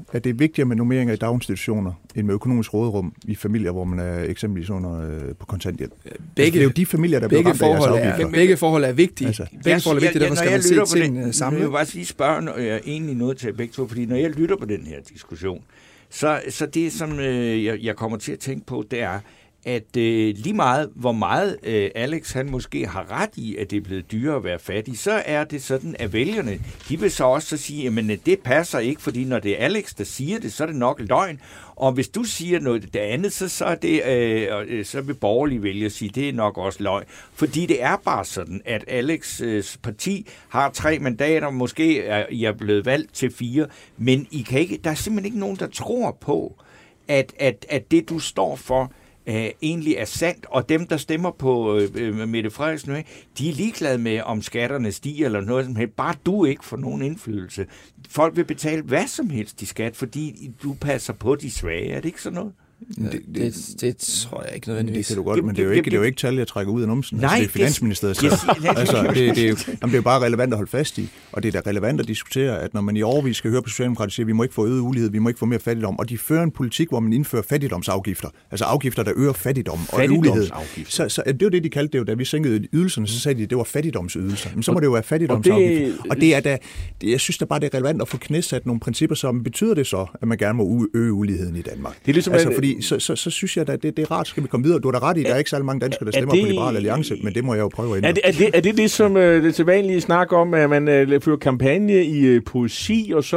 at det er vigtigere med normeringer i daginstitutioner, end med økonomisk råderum i familier, hvor man er eksempelvis på kontanthjælp. Det er jo de familier, der bliver ramt af jeres afgifter. Begge forhold er vigtige. Altså, begge forhold er vigtige, derfor skal man se tingene samlet. Jeg vil bare lige spørge egentlig noget til begge to, fordi når jeg lytter på den her diskussion, så det, som jeg kommer til at tænke på, det er, at lige meget, hvor meget Alex han måske har ret i, at det er blevet dyrere at være fattig, så er det sådan, at vælgerne, de vil så også sige, at det passer ikke, fordi når det er Alex, der siger det, så er det nok løgn. Og hvis du siger noget det andet, så er det, så vil borgerlige vælgere sige, det er nok også løgn. Fordi det er bare sådan, at Alex' parti har 3 mandater, måske er I blevet valgt til 4, men I kan ikke, der er simpelthen ikke nogen, der tror på, at det, du står for, egentlig er sandt, og dem, der stemmer på Mette Frederiksen, de er ligeglade med, om skatterne stiger eller noget som helst. Bare du ikke får nogen indflydelse. Folk vil betale hvad som helst i skat, fordi du passer på de svage. Er det ikke sådan noget? Det tror jeg ikke nødvendigvis. Det kan du godt, men det er jo ikke tal, jeg trækker ud af numsen. Nej, det er Finansministeriet selv. Det er jo bare relevant at holde fast i, og det er da relevant at diskutere, at når man i årevis skal høre på Socialdemokratiet sige, at vi må ikke få øget ulighed, vi må ikke få mere fattigdom, og de fører en politik, hvor man indfører fattigdomsafgifter, altså afgifter, der øger fattigdom og ulighed. Så det var det, de kaldte det jo, da vi sænkede ydelserne, så sagde de, at det var fattigdomsydelser. Men så må det jo være fattigdomsafgifter. Og det er da, jeg synes da bare, det er relevant at få knæsat nogle principper, som betyder det så, at man gerne må øge uligheden i Danmark. Det er ligesom altså, fordi så synes jeg, at det er rart, skal vi komme videre. Du har da ret i, der er ikke særlig mange danskere, der stemmer på Liberal Alliance, men det må jeg jo prøve at ændre. Er det som det tilvanlige snak om, at man fører kampagne i poesi, og så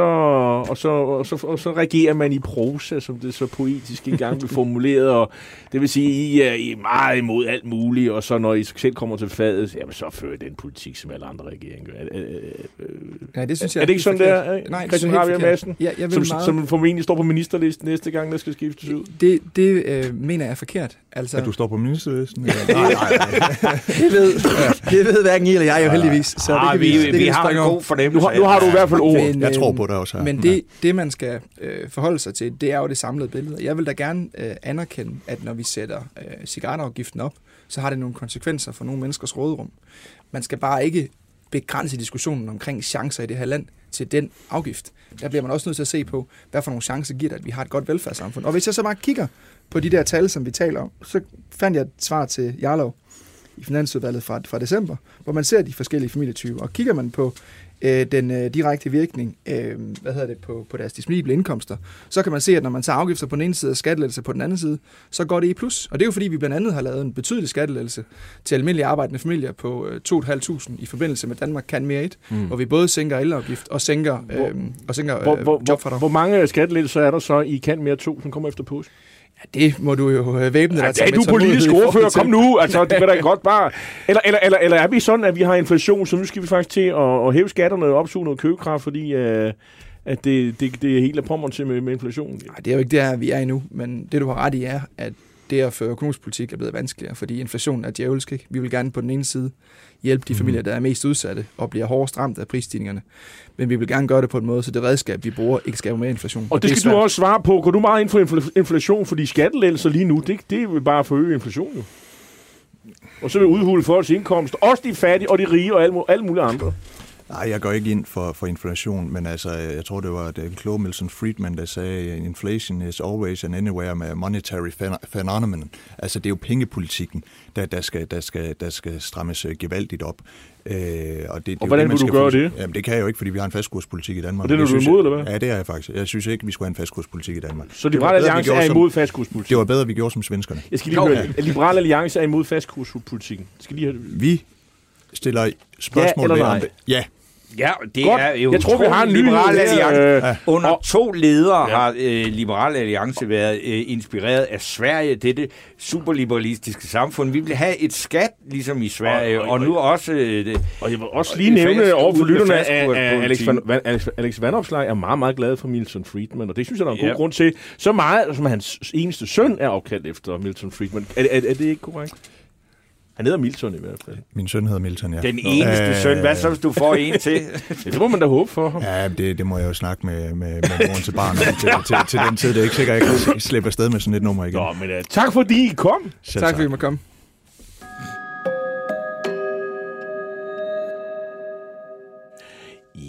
reagerer man i prosa, som det så poetisk engang blev formuleret, og det vil sige, I er meget imod alt muligt, og så når I selv kommer til fadet, jamen så fører den politik, som alle andre regeringer gør. Ja, det synes jeg er det ikke sådan, der? Nej, Christian Rabjerg Madsen, som formentlig står på ministerlisten næste gang, der skal skiftes ud. Det mener jeg er forkert. Altså, at du står på ministerlisten? Nej. det ved hverken I eller jeg jo heldigvis. Så vi har en god fornemmelse. Nu har du i hvert fald ord. Jeg tror på det også her. Men det man skal forholde sig til, det er jo det samlede billede. Jeg vil da gerne anerkende, at når vi sætter cigaretafgiften op, så har det nogle konsekvenser for nogle menneskers råderum. Man skal bare ikke begrænse diskussionen omkring chancer i det her land til den afgift. Der bliver man også nødt til at se på, hvad for nogle chancer giver det, at vi har et godt velfærdssamfund. Og hvis jeg så bare kigger på de der tal, som vi taler om, så fandt jeg et svar til Jarlov i Finansudvalget fra december, hvor man ser de forskellige familietyper. Og kigger man på den direkte virkning på deres disponible indkomster, så kan man se, at når man tager afgifter på den ene side og skattelettelse på den anden side, så går det i plus. Og det er jo fordi, vi blandt andet har lavet en betydelig skattelettelse til almindelige arbejdende familier på 2.500 i forbindelse med Danmark kan mere 1, hvor vi både sænker elafgift og sænker jobfradrag. Hvor mange skattelettelser er der så i kan mere 2, som kommer efter påske? Ja, det må du jo væbne dig til. Er du politisk ordfører? Kom nu! Altså, det kan da godt bare... Eller er vi sådan, at vi har inflation, så nu skal vi faktisk til at hæve skatterne og opsuge noget købekraft, fordi at det er helt af pommeren til med inflationen? Nej, det er jo ikke der, vi er endnu, men det du har ret i er, at det at føre økonomisk politik er blevet vanskeligere, fordi inflationen er djævelsk, ikke? Vi vil gerne på den ene side hjælpe de familier, der er mest udsatte og bliver hårdest ramt af prisstigningerne. Men vi vil gerne gøre det på en måde, så det redskab, vi bruger, ikke skaber mere inflation. Og det skal du også svare på. Går du meget ind for inflation, fordi skattelettelser lige nu, det vil bare forøge inflationen? Og så vil udhule folks indkomst, også de fattige og de rige og alle mulige andre. Nej, jeg går ikke ind for inflation, men altså, jeg tror, det var den kloge Milton Friedman, der sagde, inflation is always and anywhere med monetary phenomenon. Altså, det er jo pengepolitikken, der skal strammes gevaldigt op. Og hvordan vil du gøre det? Jamen, det kan jeg jo ikke, fordi vi har en fastkurspolitik i Danmark. Og det er du imod, eller hvad? Ja, det er jeg faktisk. Jeg synes ikke, vi skulle have en fastkurspolitik i Danmark. Så Liberal Alliance er imod fastkurspolitik? Det var bedre, vi gjorde som svenskerne. Jeg skal lige høre, Liberal Alliance er imod fastkurspolitikken. Skal lige høre det? Vi stiller spørgsmål ved om det. Ja. Ja, det godt. Er jo jeg tror, vi har en Liberal Alliance. Under 2 ledere har Liberal Alliance været inspireret af Sverige, dette superliberalistiske samfund. Vi vil have et skat, ligesom i Sverige, og nu også... og jeg vil også lige nævne over for lytterne, at Alex Vanopslagh er meget, meget glad for Milton Friedman, og det synes jeg, der er en god grund til. Så meget, som hans eneste søn er opkaldt efter Milton Friedman. Er det ikke korrekt? Han hedder Milton i hvert fald. Min søn hedder Milton, ja. Den eneste søn. Hvad så, hvis du får en til? Det må man da håbe for ham. Ja, det må jeg jo snakke med moren til barnet til den tid. Det er ikke sikkert, at jeg kan slippe afsted med sådan et nummer igen. Nå, men tak fordi I kom. Tak fordi I måtte komme.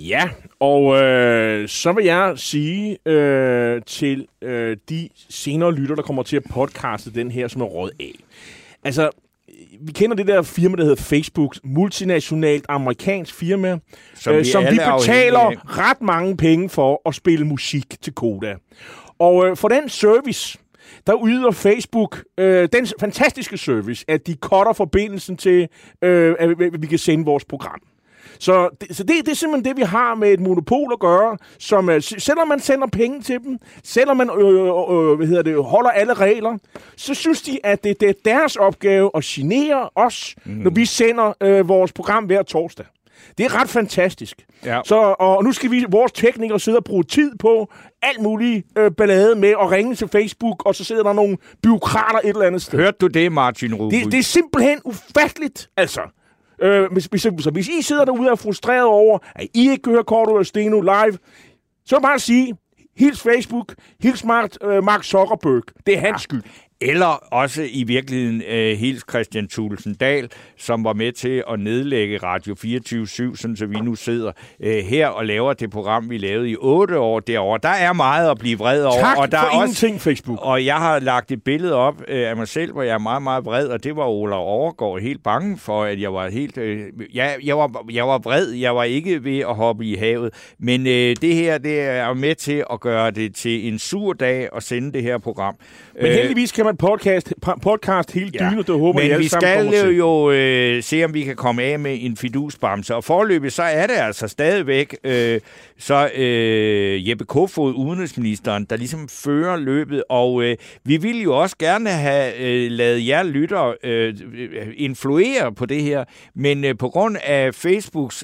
Ja, og så vil jeg sige til de senere lytter, der kommer til at podcaste den her, som er råd af. Altså, vi kender det der firma, der hedder Facebook, multinationalt amerikansk firma, som vi betaler ret mange penge for at spille musik til Koda. Og for den service, der yder Facebook den fantastiske service, at de cutter forbindelsen til, at vi kan sende vores program. Så det er simpelthen det, vi har med et monopol at gøre, som selvom man sender penge til dem, selvom man holder alle regler, så synes de, at det er deres opgave at genere os, når vi sender vores program hver torsdag. Det er ret fantastisk. Ja. Og nu skal vores teknikere sidde og bruge tid på alt muligt ballade med at ringe til Facebook, og så sidder der nogle bureaukrater et eller andet sted. Hørte du det, Martin Rubik? Det er simpelthen ufatteligt, altså. Hvis I sidder derude og er frustreret over, at I ikke kan høre Cordua og Steno live, så bare sige, hils Facebook, hils Mark Zuckerberg. Det er hans skyld. Eller også i virkeligheden hils Christian Thulesen Dahl, som var med til at nedlægge Radio 24/7, sådan så vi nu sidder her og laver det program, vi lavede i 8 år derovre. Der er meget at blive vred over. Tak og der for er ingenting, også, Facebook. Og jeg har lagt et billede op af mig selv, hvor jeg er meget, meget vred, og det var Ola Overgaard helt bange for, at jeg var helt... Jeg var vred, jeg var ikke ved at hoppe i havet, men det her, det er med til at gøre det til en sur dag at sende det her program. Men heldigvis kan man podcast hele dynet, det håber jeg alle sammen kommer til. Men vi skal jo se, om vi kan komme af med en fidusbamse. Og foreløbig, så er det altså stadigvæk Jeppe Kofod, udenrigsministeren, der ligesom fører løbet. Og vi ville jo også gerne have ladet jer lyttere influere på det her. Men på grund af Facebooks,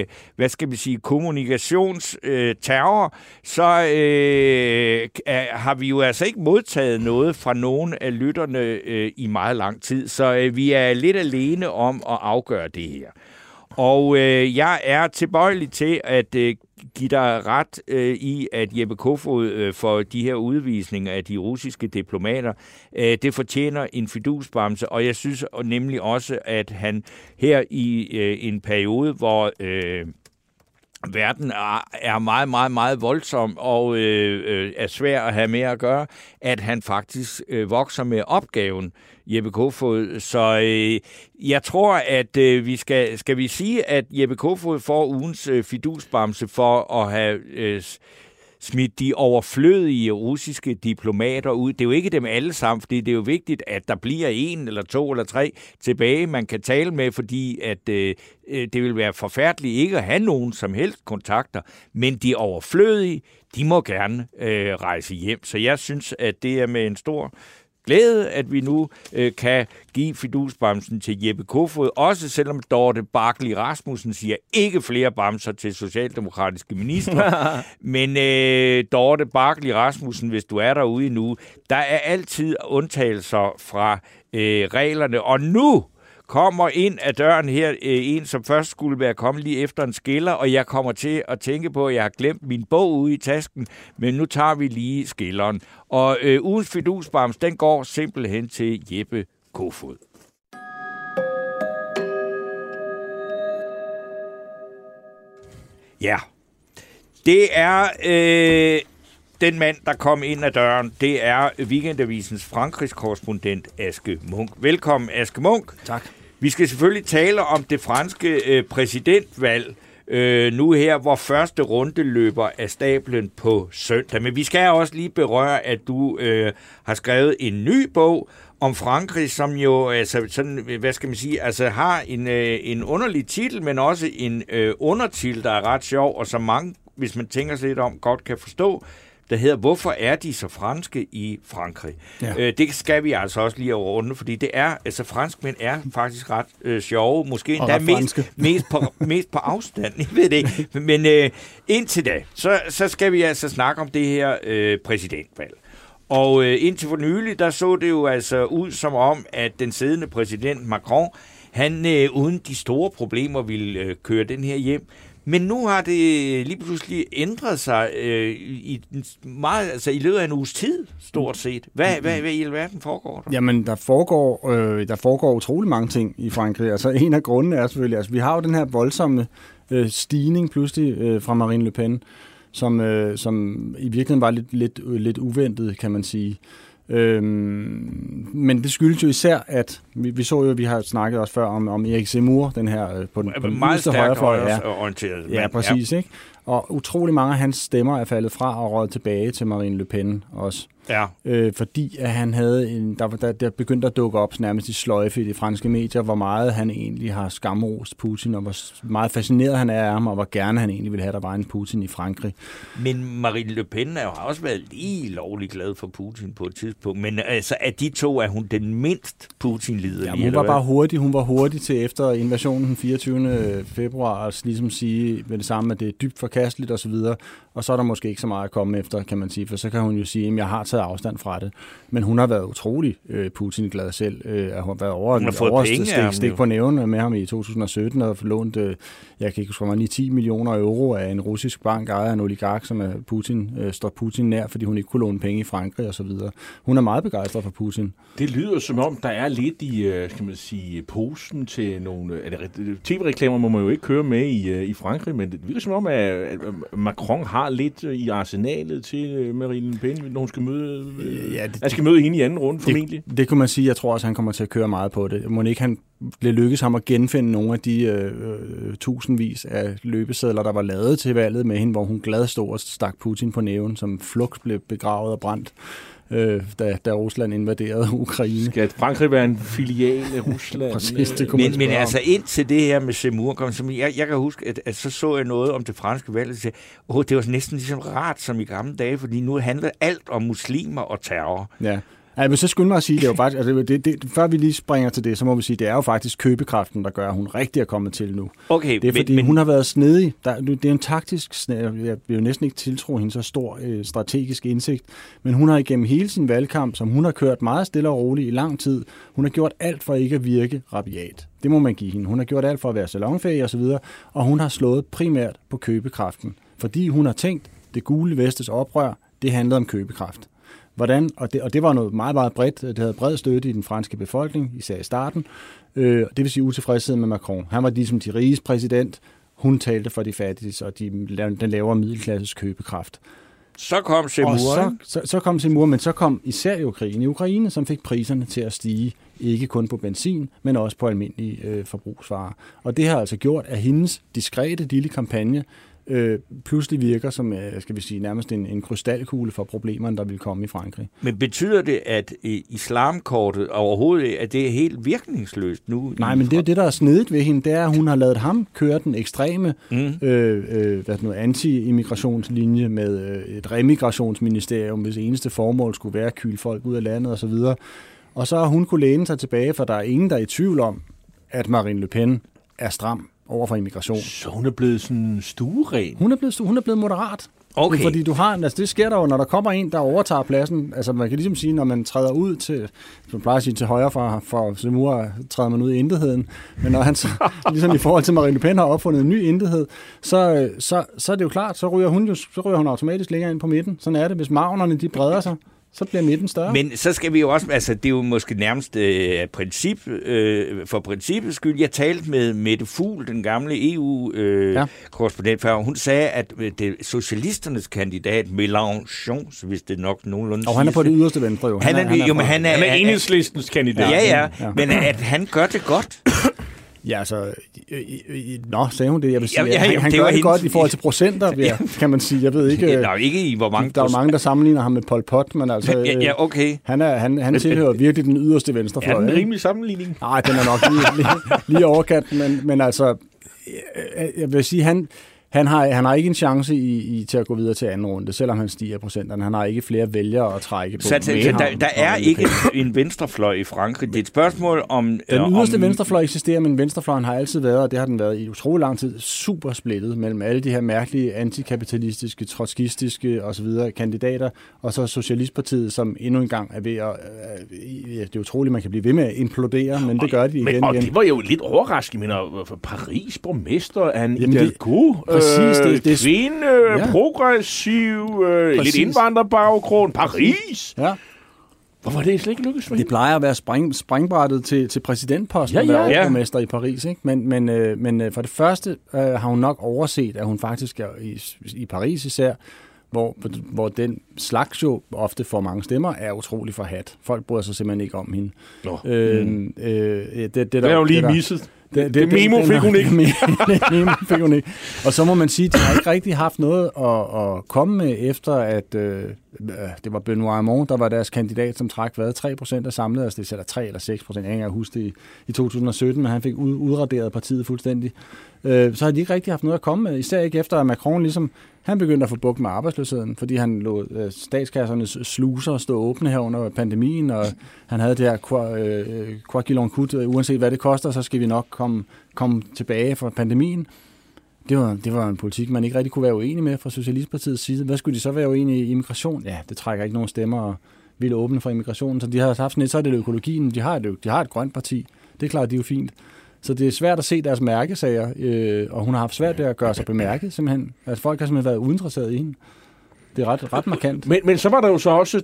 kommunikationsterror, så har vi jo altså ikke modtaget noget fra nogle af lytterne i meget lang tid, så vi er lidt alene om at afgøre det her. Og jeg er tilbøjelig til at give dig ret i, at Jeppe Kofod for de her udvisninger af de russiske diplomater, det fortjener en fidusbamse, og jeg synes nemlig også, at han her i en periode, hvor verden er meget, meget, meget voldsom og er svær at have med at gøre, at han faktisk vokser med opgaven, Jeppe Kofod. Så jeg tror, at vi skal vi sige, at Jeppe Kofod får ugens fidusbamse for at have smidt de overflødige russiske diplomater ud. Det er jo ikke dem alle sammen, fordi det er jo vigtigt, at der bliver 1 eller 2 eller 3 tilbage, man kan tale med, fordi at det vil være forfærdeligt ikke at have nogen som helst kontakter, men de overflødige, de må gerne rejse hjem. Så jeg synes, at det er med en stor glæde, at vi nu kan give fidusbamsen til Jeppe Kofod, også selvom Dorte Barkli Rasmussen siger ikke flere bamser til socialdemokratiske ministre. Men Dorte Barkli Rasmussen, hvis du er derude nu, der er altid undtagelser fra reglerne, og nu kommer ind ad døren her en, som først skulle være kommet lige efter en skiller, og jeg kommer til at tænke på, at jeg har glemt min bog ude i tasken, men nu tager vi lige skilleren. Og ugens fidusbams, den går simpelthen til Jeppe Kofod. Ja, det er den mand, der kom ind ad døren. Det er Weekendavisens Frankrigskorrespondent Aske Munk. Velkommen, Aske Munk. Tak. Vi skal selvfølgelig tale om det franske præsidentvalg nu her, hvor første runde løber af stablen på søndag. Men vi skal også lige berøre, at du har skrevet en ny bog om Frankrig, som jo altså sådan, hvad skal man sige, altså har en underlig titel, men også en undertitel, der er ret sjov, og som mange, hvis man tænker sig lidt om, godt kan forstå, der hedder, hvorfor er de så franske i Frankrig? Ja. Det skal vi altså også lige runde, fordi det er, altså franskmænd er faktisk ret sjove, måske endda mest på afstand, jeg ved det ikke. Men indtil da, så skal vi altså snakke om det her præsidentvalg. Og indtil for nylig, der så det jo altså ud som om, at den siddende præsident Macron, han uden de store problemer ville køre den her hjem. Men nu har det lige pludselig ændret sig i løbet af en uges tid, stort set. Hvad i alverden foregår der? Jamen, der foregår utrolig mange ting i Frankrig. Altså, en af grundene er selvfølgelig, altså, vi har jo den her voldsomme stigning pludselig fra Marine Le Pen, som i virkeligheden var lidt uventet, kan man sige. Men det skyldes jo især, at vi så jo, vi har snakket også før om Erik Zemmour, den her på den meget stærk højreorienteret. Ja, præcis, ikke? Og utrolig mange af hans stemmer er faldet fra og røget tilbage til Marine Le Pen også. Ja. Fordi at han havde der begyndte at dukke op nærmest i sløjfe i de franske medier, hvor meget han egentlig har skamrost Putin, og hvor meget fascineret han er af ham, og hvor gerne han egentlig ville have, der var en Putin i Frankrig. Men Marine Le Pen har også været lige lovlig glad for Putin på et tidspunkt. Men altså, af de to er hun den mindst Putin-liderlige. Ja, hun var bare hurtig. Hun var hurtig til efter invasionen den 24. februar, at ligesom sige med det samme, at det er dybt forkasteligt osv., og så er der måske ikke så meget at komme efter, kan man sige, for så kan hun jo sige, at jeg har taget afstand fra det. Men hun har været utrolig Putin-glad selv. Hun har været over stik på næven med ham i 2017 og lånt, jeg kan ikke huske, 10 millioner euro af en russisk bank, ejet af en oligark, som er står Putin nær, fordi hun ikke kunne låne penge i Frankrig og så videre. Hun er meget begejstret for Putin. Det lyder som om, der er lidt i, skal man sige, posen til nogle... TV-reklamer må man jo ikke køre med i Frankrig, men det virker som om, at Macron har lidt i arsenalet til Marine Le Pen, når hun skal møde... Jeg skal møde hende i anden runde, formentlig. Det kunne man sige. Jeg tror også, han kommer til at køre meget på det. Må ikke han lykkes ham at genfinde nogle af de tusindvis af løbesedler, der var lavet til valget med hende, hvor hun glad stod og stak Putin på næven, som flugt blev begravet og brændt, da Rusland invaderede Ukraine. Skal Frankrig være en filial af Rusland? Præcis, det kunne men altså ind til det her med Zemmour, jeg kan huske, at så jeg noget om det franske valg, og det var næsten ligesom rart som i gamle dage, fordi nu handler alt om muslimer og terror. Ja. Ja, men så skynd mig at sige, det er jo faktisk, altså før vi lige springer til det, så må vi sige, det er jo faktisk købekraften, der gør, at hun rigtig er kommet til nu. Okay, det er fordi, hun har været snedig. Det er en taktisk, jeg vil jo næsten ikke tiltro hende så stor strategisk indsigt, men hun har igennem hele sin valgkamp, som hun har kørt meget stille og roligt i lang tid, hun har gjort alt for ikke at virke rabiat. Det må man give hende. Hun har gjort alt for at være salonfæhig og så videre, og hun har slået primært på købekraften, fordi hun har tænkt, det gule vestes oprør, det handlede om købekraft. Hvordan? Og det var noget meget, meget bredt. Det havde bred støtte i den franske befolkning, især i starten. Det vil sige utilfredshed med Macron. Han var ligesom de riges præsident. Hun talte for de fattige og den lavere middelklasses købekraft. Så kom Zemmour. Så kom Zemmour, men så kom især jo krigen i Ukraine, som fik priserne til at stige, ikke kun på benzin, men også på almindelige forbrugsvarer. Og det har altså gjort, at hendes diskrete lille kampagne pludselig virker som, skal vi sige, nærmest en krystalkugle for problemerne, der vil komme i Frankrig. Men betyder det, at islamkortet overhovedet at det er helt virkningsløst nu? Nej, men det der er snedigt ved hende, det er, at hun har ladet ham køre den ekstreme anti-immigrationslinje med et remigrationsministerium, hvis eneste formål skulle være at kyle folk ud af landet osv. Og så har hun kunne læne sig tilbage, for der er ingen, der er i tvivl om, at Marine Le Pen er stram over for immigration. Så hun er blevet sådan stueren? Hun er blevet moderat. Okay. Fordi du har, altså det sker der jo, når der kommer en, der overtager pladsen. Altså man kan ligesom sige, når man træder ud til, som plejer at sige, til højre for Zemmour, træder man ud i intetheden. Men når han så, ligesom i forhold til Marine Le Pen har opfundet en ny intethed, så er det jo klart, så ryger hun automatisk længere ind på midten. Sådan er det, hvis marvnerne de breder sig. Så bliver midten større. Men så skal vi jo også, altså det er jo måske nærmest for princippets skyld. Jeg talte med Mette Fugl, den gamle EU-korrespondent, før. Hun sagde, at det socialisternes kandidat, Mélenchon, hvis det nok nogenlunde og han er på det yderste venstre jo. Han er Enhedslistens kandidat. Ja, men at han gør det godt. Ja, altså... sagde hun det? Jeg vil sige, han gør det godt i forhold til procenter, kan man sige. Jeg ved ikke... Der er ikke i, hvor mange... Der er mange, der sammenligner ham med Pol Pot, men altså... okay. Han tilhører virkelig den yderste venstrefløj. Er det en rimelig sammenligning? Nej, den er nok lige overkant, men altså... Jeg vil sige, han har ikke en chance til at gå videre til anden runde, selvom han stiger procenterne. Han har ikke flere vælgere at trække på. Så der er ikke en venstrefløj i Frankrig. Det er et spørgsmål om... Den yderste venstrefløj eksisterer, men venstrefløjen har altid været, og det har den været i utrolig lang tid, super splittet mellem alle de her mærkelige antikapitalistiske, trotskistiske osv. kandidater, og så Socialistpartiet, som endnu engang er ved at... det er utroligt, man kan blive ved med at implodere, men det gør de igen. Og det var jo lidt overraskende, men Paris borgmester er en Hidalgo. Præcis, det kvinde, progressiv, lidt indvandrerbaggrund, Paris. Ja. Hvorfor er det slet ikke lykkedes for hende? Det plejer at være springbrættet til præsidentposten, at være overborgmester i Paris. Ikke? Men for det første har hun nok overset, at hun faktisk er i Paris især, hvor den slags jo ofte får mange stemmer, er utrolig forhat. Folk bryder sig simpelthen ikke om hende. Det er jo lige misset. Det memo fik hun ikke. Memo fik hun ikke. Og så må man sige, at de har ikke rigtig haft noget at komme med, efter at det var Benoît Hamon, der var deres kandidat, som trak 3% af samlet, altså det er 3 eller 6%, jeg kan ikke engang huske det i 2017, men han fik udraderet partiet fuldstændig. Så har de ikke rigtig haft noget at komme med, især ikke efter, at Macron ligesom, han begyndte at få bugt med arbejdsløsheden, fordi han lod statskassernes sluser stå åbne her under pandemien, og han havde det her quoi qu'il en coûte, uanset hvad det koster, så skal vi nok komme tilbage fra pandemien. Det var en politik, man ikke rigtig kunne være uenig med fra Socialistpartiets side. Hvad skulle de så være uenige i? Immigration? Ja, det trækker ikke nogen stemmer og ville åbne for immigrationen, så de har haft sådan et, så er det økologien, de har et grønt parti. Det er klart, det er jo fint. Så det er svært at se deres mærkesager, og hun har haft svært ved at gøre sig bemærket, simpelthen. Altså, folk har simpelthen været uinteresserede i hende. Det er ret markant. Men så var der jo så også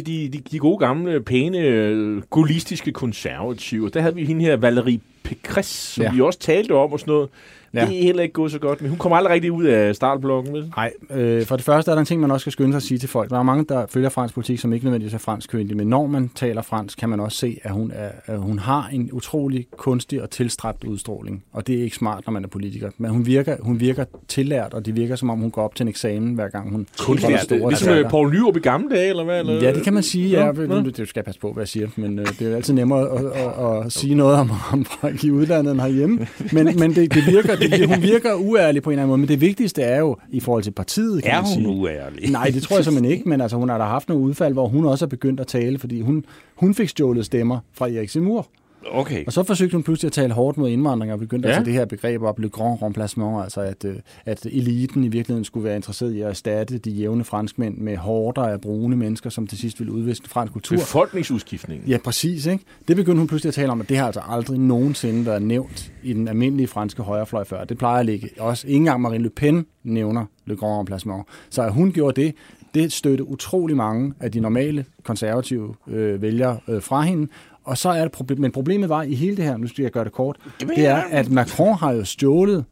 de gode gamle, pæne, gaullistiske konservative. Der havde vi hende her, Valérie Pécresse, som vi også talte om og sådan noget. Ja. Det er heller ikke gået så godt, men hun kommer aldrig rigtig ud af startblokken. Nej, for det første er der en ting, man også skal skynde sig at sige til folk. Der er mange, der følger fransk politik, som ikke nødvendigvis er franskkyndige, men når man taler fransk, kan man også se, at hun har en utrolig kunstig og tilstræbt udstråling. Og det er ikke smart, når man er politiker. Men hun virker tillært, og det virker, som om hun går op til en eksamen, hver gang hun... Kunstlært? Ligesom Poul Nyrup i gamle dage, eller hvad? Eller? Ja, det kan man sige. Ja. Det skal jeg passe på, hvad jeg siger, men det er jo altid nemmere at sige noget om folk i udlandet end herhjemme. Men det virker... Hun virker uærlig på en eller anden måde, men det vigtigste er jo i forhold til partiet, kan man sige. Er hun uærlig? Nej, det tror jeg simpelthen ikke, men altså, hun har da haft nogle udfald, hvor hun også er begyndt at tale, fordi hun fik stjålet stemmer fra Erik Zemmour. Okay. Og så forsøgte hun pludselig at tale hårdt mod indvandring og begyndte at tage det her begreb op, le grand remplacement, altså at eliten i virkeligheden skulle være interesseret i at erstatte de jævne franskmænd med horder af brune mennesker, som til sidst ville udviske fransk kultur. Befolkningsudskiftning. Ja, præcis. Ikke? Det begyndte hun pludselig at tale om, at det har altså aldrig nogensinde været nævnt i den almindelige franske højrefløj før. Det plejer at ligge. Også ikke engang Marine Le Pen nævner le grand remplacement. Så at hun gjorde det støtte utrolig mange af de normale konservative vælgere fra hende. Og så er det men problemet var i hele det her, nu skal jeg gøre det kort, det er, at Macron har jo stjålet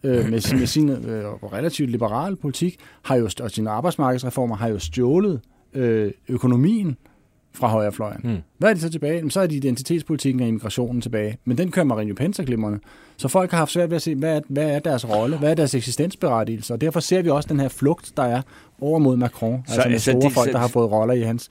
med sin relativt liberale politik, og sine arbejdsmarkedsreformer har jo stjålet økonomien fra højrefløjen. Hvad er det så tilbage? Så er det identitetspolitikken og immigrationen tilbage. Men den kører Marine Le Pen så glimrende. Så folk har haft svært ved at se, hvad er deres rolle? Hvad er deres eksistensberettigelse? Og derfor ser vi også den her flugt, der er over mod Macron. Altså med store folk, der har fået roller i hans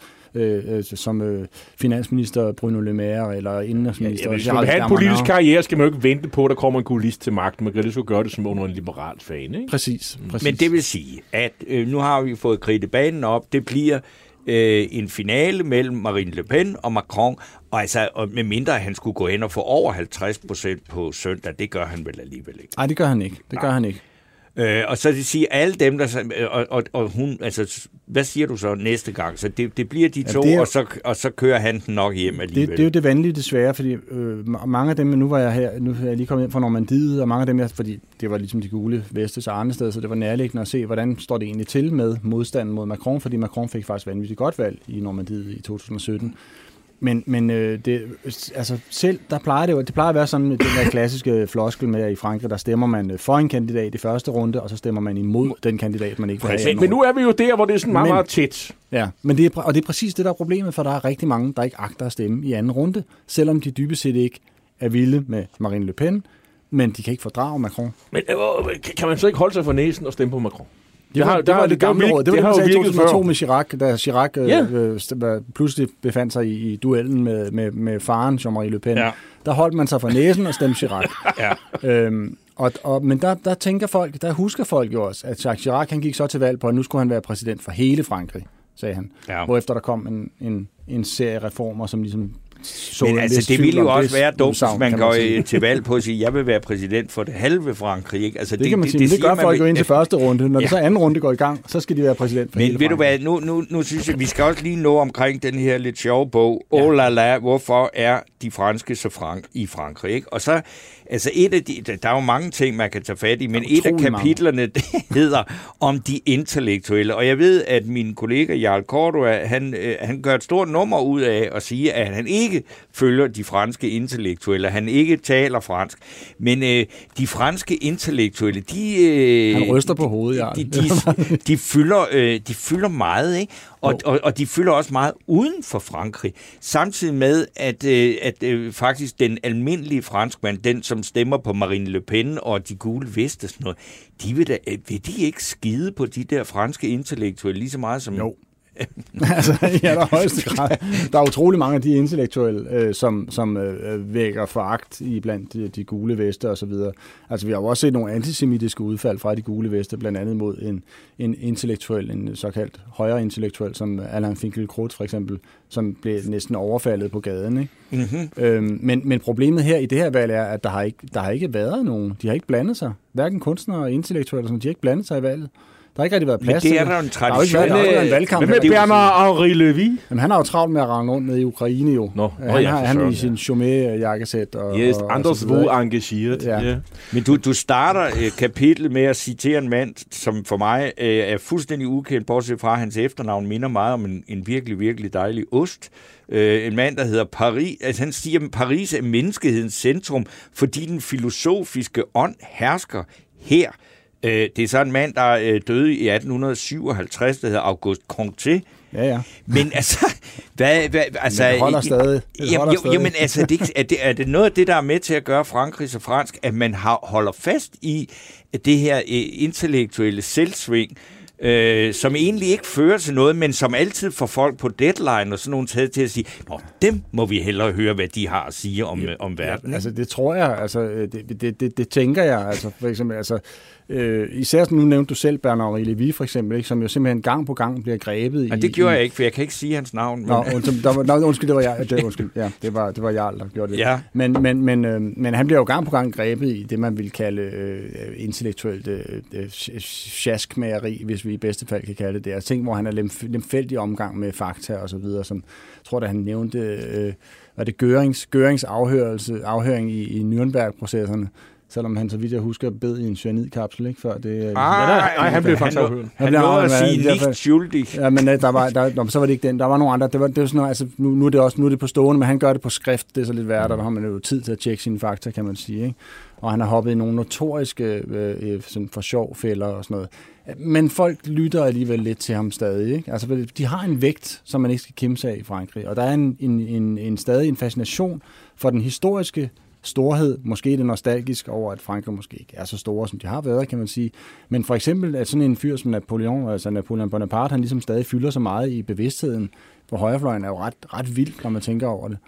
som finansminister Bruno Le Maire eller indenrigsminister. Hvis man vil have en politisk karriere, skal man jo ikke vente på, at der kommer en gulist til magten. Man kan lige så gøre det som under en liberal fane. Ikke? Præcis. Men det vil sige, at nu har vi fået kridtet banen op. Det bliver en finale mellem Marine Le Pen og Macron, og med mindre han skulle gå ind og få over 50% på søndag, det gør han vel alligevel ikke. Nej, det gør han ikke. Det gør han ikke. Og så det siger alle dem, der... Og hun... Altså, hvad siger du så næste gang? Så det bliver de to, og så kører han den nok hjem alligevel. Det er jo det vanlige desværre, fordi mange af dem... Nu er jeg lige kommet hjem fra Normandiet, og mange af dem... Fordi det var ligesom de gule vestes Arnested, så det var nærliggende at se, hvordan står det egentlig til med modstanden mod Macron, fordi Macron fik faktisk vanvittigt godt valg i Normandiet i 2017. Men altså selv, det plejer at være sådan den der klassiske floskel med, at i Frankrig, der stemmer man for en kandidat i første runde, og så stemmer man imod den kandidat, man ikke vil have. Men nu er vi jo der, hvor det er sådan meget, meget tæt. Ja, men det er præcis det, der er problemet, for der er rigtig mange, der ikke agter at stemme i anden runde, selvom de dybest set ikke er vilde med Marine Le Pen, men de kan ikke fordrage Macron. Men kan man så ikke holde sig for næsen og stemme på Macron? Det var det gamle råd. Det var det, man sagde i 2002 med Chirac, da Chirac pludselig befandt sig i duellen med faren, Jean-Marie Le Pen. Ja. Der holdt man sig for næsen og stemte Chirac. Men der tænker folk, der husker folk jo også, at Jacques Chirac, han gik så til valg på, at nu skulle han være præsident for hele Frankrig, sagde han. Ja. Hvorefter der kom en serie reformer, som ligesom Men altså, det ville jo også være dumt, hvis man går til valg på at sige, jeg vil være præsident for det halve Frankrig. Ikke? Altså, det kan man sige, det gør folk jo ind til første runde. Når det så anden runde går i gang, så skal de være præsident for hele Frankrig. Men ved du hvad, nu synes jeg, vi skal også lige nå omkring den her lidt sjove bog, Oh la la, hvorfor er de franske så i Frankrig? Ikke? Og så, altså der er jo mange ting, man kan tage fat i, men et af kapitlerne, det hedder om de intellektuelle. Og jeg ved, at min kollega Jarl Cordua, han gør et stort nummer ud af at sige, at han ikke følger de franske intellektuelle. Han ikke taler fransk. Men de franske intellektuelle, han ryster på hovedet, Jarl. De fylder meget, ikke? Og de fylder også meget uden for Frankrig. Samtidig med, at faktisk den almindelige franskmand, den som stemmer på Marine Le Pen og de gule veste og sådan noget, vil de ikke skide på de der franske intellektuelle lige så meget som... Jo. Altså, i allerhøjeste grad. Der er utrolig mange af de intellektuelle, som vækker foragt i blandt de gule veste og så videre. Altså, vi har jo også set nogle antisemitiske udfald fra de gule veste, blandt andet mod en intellektuel, en såkaldt højre intellektuel, som Alain Finkielkraut for eksempel, som blev næsten overfaldet på gaden. Ikke? Mm-hmm. Men problemet her i det her valg er, at der har ikke været nogen. De har ikke blandet sig. Hverken kunstnere og intellektuelle, de har ikke blandet sig i valget. Der har ikke rigtig været plads til det. Men det er der en tradition. Der har ikke været en valgkamp. Hvad med Bernard-Henri Lévy? Jamen, han har jo travlt med at range rundt nede i Ukraine jo. Han er i sin Chaumet-jakkesæt. Anders Vaux engageret. Ja. Men du starter kapitlet med at citere en mand, som for mig er fuldstændig ukendt, bortset fra hans efternavn minder meget om en virkelig, virkelig dejlig ost. En mand, der hedder Paris. Altså, han siger, at Paris er menneskehedens centrum, fordi den filosofiske ånd hersker her. Det er så en mand, der døde i 1857, der hedder Auguste Comte. Ja. Men altså... altså det holder stadig. Jamen altså, er det noget af det, der er med til at gøre Frankrig så fransk, at man holder fast i det her intellektuelle selvsving, som egentlig ikke fører til noget, men som altid får folk på deadline og sådan nogle taget til at sige, dem må vi hellere høre, hvad de har at sige om verden. Ja, altså det tror jeg, altså det tænker jeg, altså for eksempel, altså især nu nævnte du selv Bernard-Henri Lévy for eksempel, ikke, som jo simpelthen gang på gang bliver grebet. Og det gjorde jeg ikke, for jeg kan ikke sige hans navn. Undskyld, det var jeg. Det var Jarl, der gjorde det. Ja. Men han bliver jo gang på gang grebet i det, man vil kalde intellektuelt sjaskmageri, hvis vi i bedste fald kan kalde det. Det er ting, hvor han er lemfældig omgang med fakta og så videre, som jeg tror, da han nævnte, var det Görings afhøring i Nürnberg-processerne, selvom han, så vidt jeg husker, bed i en cyanidkapsel, ikke, før det... Nej, han blev faktisk afhørt. Han nåede at sige nicht schuldig. Ja, men så var det ikke den. Der var nogle andre. Det var sådan noget, altså, nu er det på stående, men han gør det på skrift. Det er så lidt værre, der har man jo tid til at tjekke sine fakta, kan man sige, ikke? Og han har hoppet i nogle notoriske sådan for sjov fælder og sådan noget. Men folk lytter alligevel lidt til ham stadig, ikke? Altså, de har en vægt, som man ikke skal kimse af i Frankrig. Og der er stadig en fascination for den historiske storhed, måske det nostalgisk over, at Frankrig måske ikke er så store, som de har været, kan man sige. Men for eksempel, at sådan en fyr som Napoleon Bonaparte, han ligesom stadig fylder så meget i bevidstheden på højrefløjen, er jo ret vildt, når man tænker over det.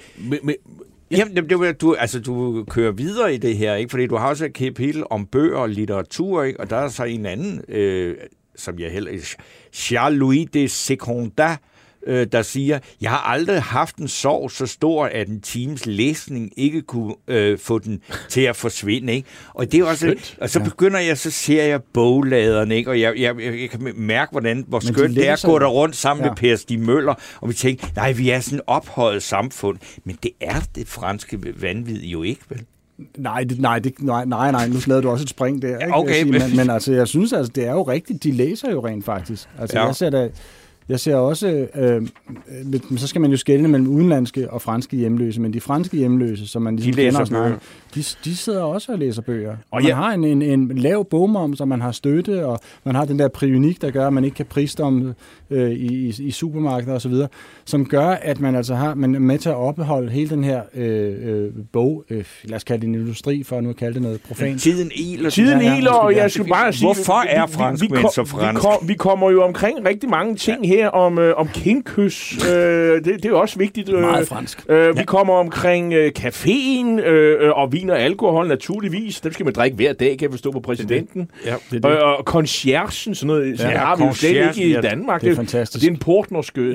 Jamen, du kører videre i det her, ikke? Fordi du har også et kapitel om bøger og litteratur, ikke? Og der er så en anden, som jeg heller... Charles-Louis de Secondat, der siger, jeg har aldrig haft en sorg så stor, at en times læsning ikke kunne få den til at forsvinde, ikke? Og det er også, og så begynder jeg, så ser jeg bogladerne, ikke? Og jeg kan mærke, hvor skønt det er at gå der rundt sammen med Per Stig Møller, og vi tænker, nej, vi er sådan et ophøjet samfund, men det er det franske vanvid jo ikke, vel? Nej, nu lavede du også et spring der, ikke? Okay, men altså, jeg synes, altså, det er jo rigtigt, de læser jo rent faktisk. Altså, jeg ser også, så skal man jo skelne mellem udenlandske og franske hjemløse, men de franske hjemløse, som man ligesom kender og snakker, de sidder også og læser bøger. Og man har en lav bogmoms, og man har støtte, og man har den der prionik, der gør, at man ikke kan prisdomme i supermarkeder og så videre, som gør, at man altså man er med til at opholde hele den her bog, lad os kalde det en industri, for at nu at kalde det noget profant. Tiden iler, og jeg skulle bare sige, hvorfor er franskmænd så fransk? Vi kommer jo omkring rigtig mange ting her her om kindkys. Det er jo også vigtigt. Meget fransk. Vi kommer omkring caféen og vin og alkohol, naturligvis. Dem skal man drikke hver dag, kan jeg forstå på præsidenten. Det. Og conciergen, sådan noget, så har vi jo slet ikke i Danmark. Det er fantastisk. Det er en portnorske,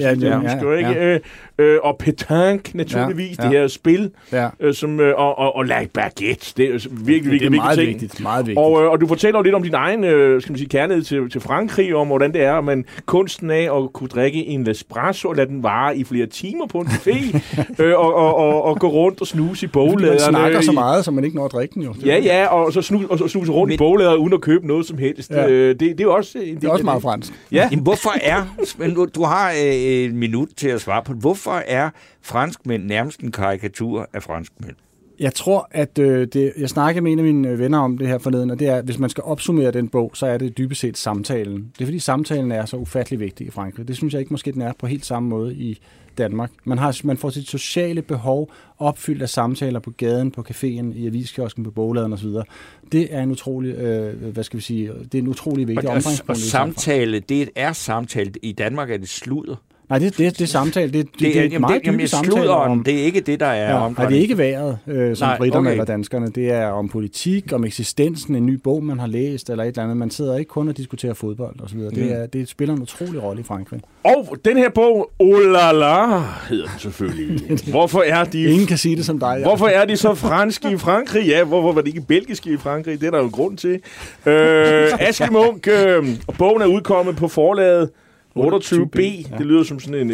og pétanque, naturligvis, det her spil, som, og la baguette. Det er virkelig det er meget vigtigt. Meget vigtigt. Og du fortæller jo lidt om din egen skal man sige, kærlighed til Frankrig, om hvordan det er, men kunsten af at kunne drikke en espresso og lade den vare i flere timer på en café, og gå rundt og snuse i bogladerne. Man snakker så meget, så man ikke når at drikke den jo. Ja, og så snuse rundt i boglader uden at købe noget som helst. Ja. Det er jo også det er også meget fransk. Ja. Jamen, hvorfor du har et minut til at svare på, hvorfor er franskmænd nærmest en karikatur af franskmænd? Jeg tror, at jeg snakkede med en af mine venner om det her forleden, og det er, at hvis man skal opsummere den bog, så er det dybest set samtalen. Det er fordi samtalen er så ufattelig vigtig i Frankrig. Det synes jeg ikke måske, den er på helt samme måde i Danmark. Man får sit sociale behov opfyldt af samtaler på gaden, på caféen, i aviskiosken, på bogladen osv. Det er en utrolig, det er en utrolig vigtig omdrejningspunkt. Og samtale, det er samtale. I Danmark er det sludder. Nej, det er samtale. Det er meget dybe samtaler om... Det er ikke det, der er om. Nej, det er ikke vejret, som britterne eller danskerne. Det er om politik, om eksistensen, en ny bog, man har læst, eller et eller andet. Man sidder ikke kun og diskuterer fodbold og så videre. Det spiller en utrolig rolle i Frankrig. Og den her bog, Oh la la, hedder den selvfølgelig. Hvorfor er de... Ingen kan sige det som dig. Ja. Hvorfor er de så franske i Frankrig? Ja, hvorfor var det ikke belgiske i Frankrig? Det er der jo en grund til. Aske Munk, bogen er udkommet på forlaget 28B. Ja. Det lyder som sådan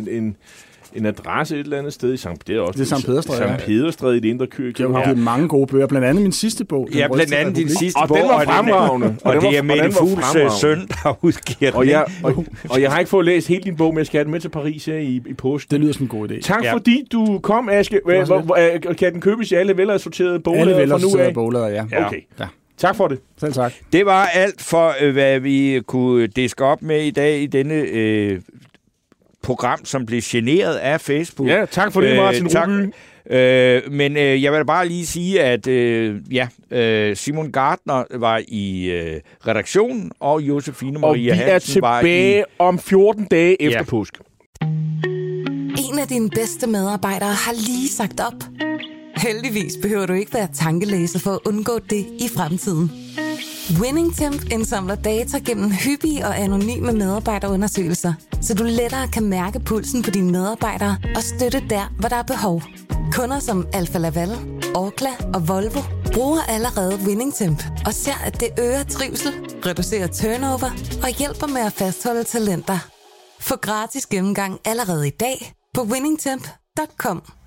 en adresse et eller andet sted i Sankt Pederstræde i det indre København. Det er mange gode bøger, blandt andet min sidste bog. Ja, blandt andet din sidste bog. Og den var fremragende. Og det er Mette Fugls søn, der udgiver den. Og jeg har ikke fået læst hele din bog, men jeg skal have den med til Paris her i påsken. Det lyder som en god idé. Tak fordi du kom, Aske. Kan den købes i alle velassorterede boglader fra nu af? Alle velassorterede boglader, ja. Okay. Ja. Tak for det. Selv tak. Det var alt for, hvad vi kunne diske op med i dag i denne program, som blev generet af Facebook. Ja, tak for det, Martin Ruby. Men jeg vil bare lige sige, at Simon Gardner var i redaktionen, og Josefine Maria Hansen var i... Og vi er tilbage om 14 dage efter påske. En af dine bedste medarbejdere har lige sagt op. Heldigvis behøver du ikke være tankelæser for at undgå det i fremtiden. WinningTemp indsamler data gennem hyppige og anonyme medarbejderundersøgelser, så du lettere kan mærke pulsen på dine medarbejdere og støtte der, hvor der er behov. Kunder som Alfa Laval, Orkla og Volvo bruger allerede WinningTemp og ser, at det øger trivsel, reducerer turnover og hjælper med at fastholde talenter. Få gratis gennemgang allerede i dag på winningtemp.com.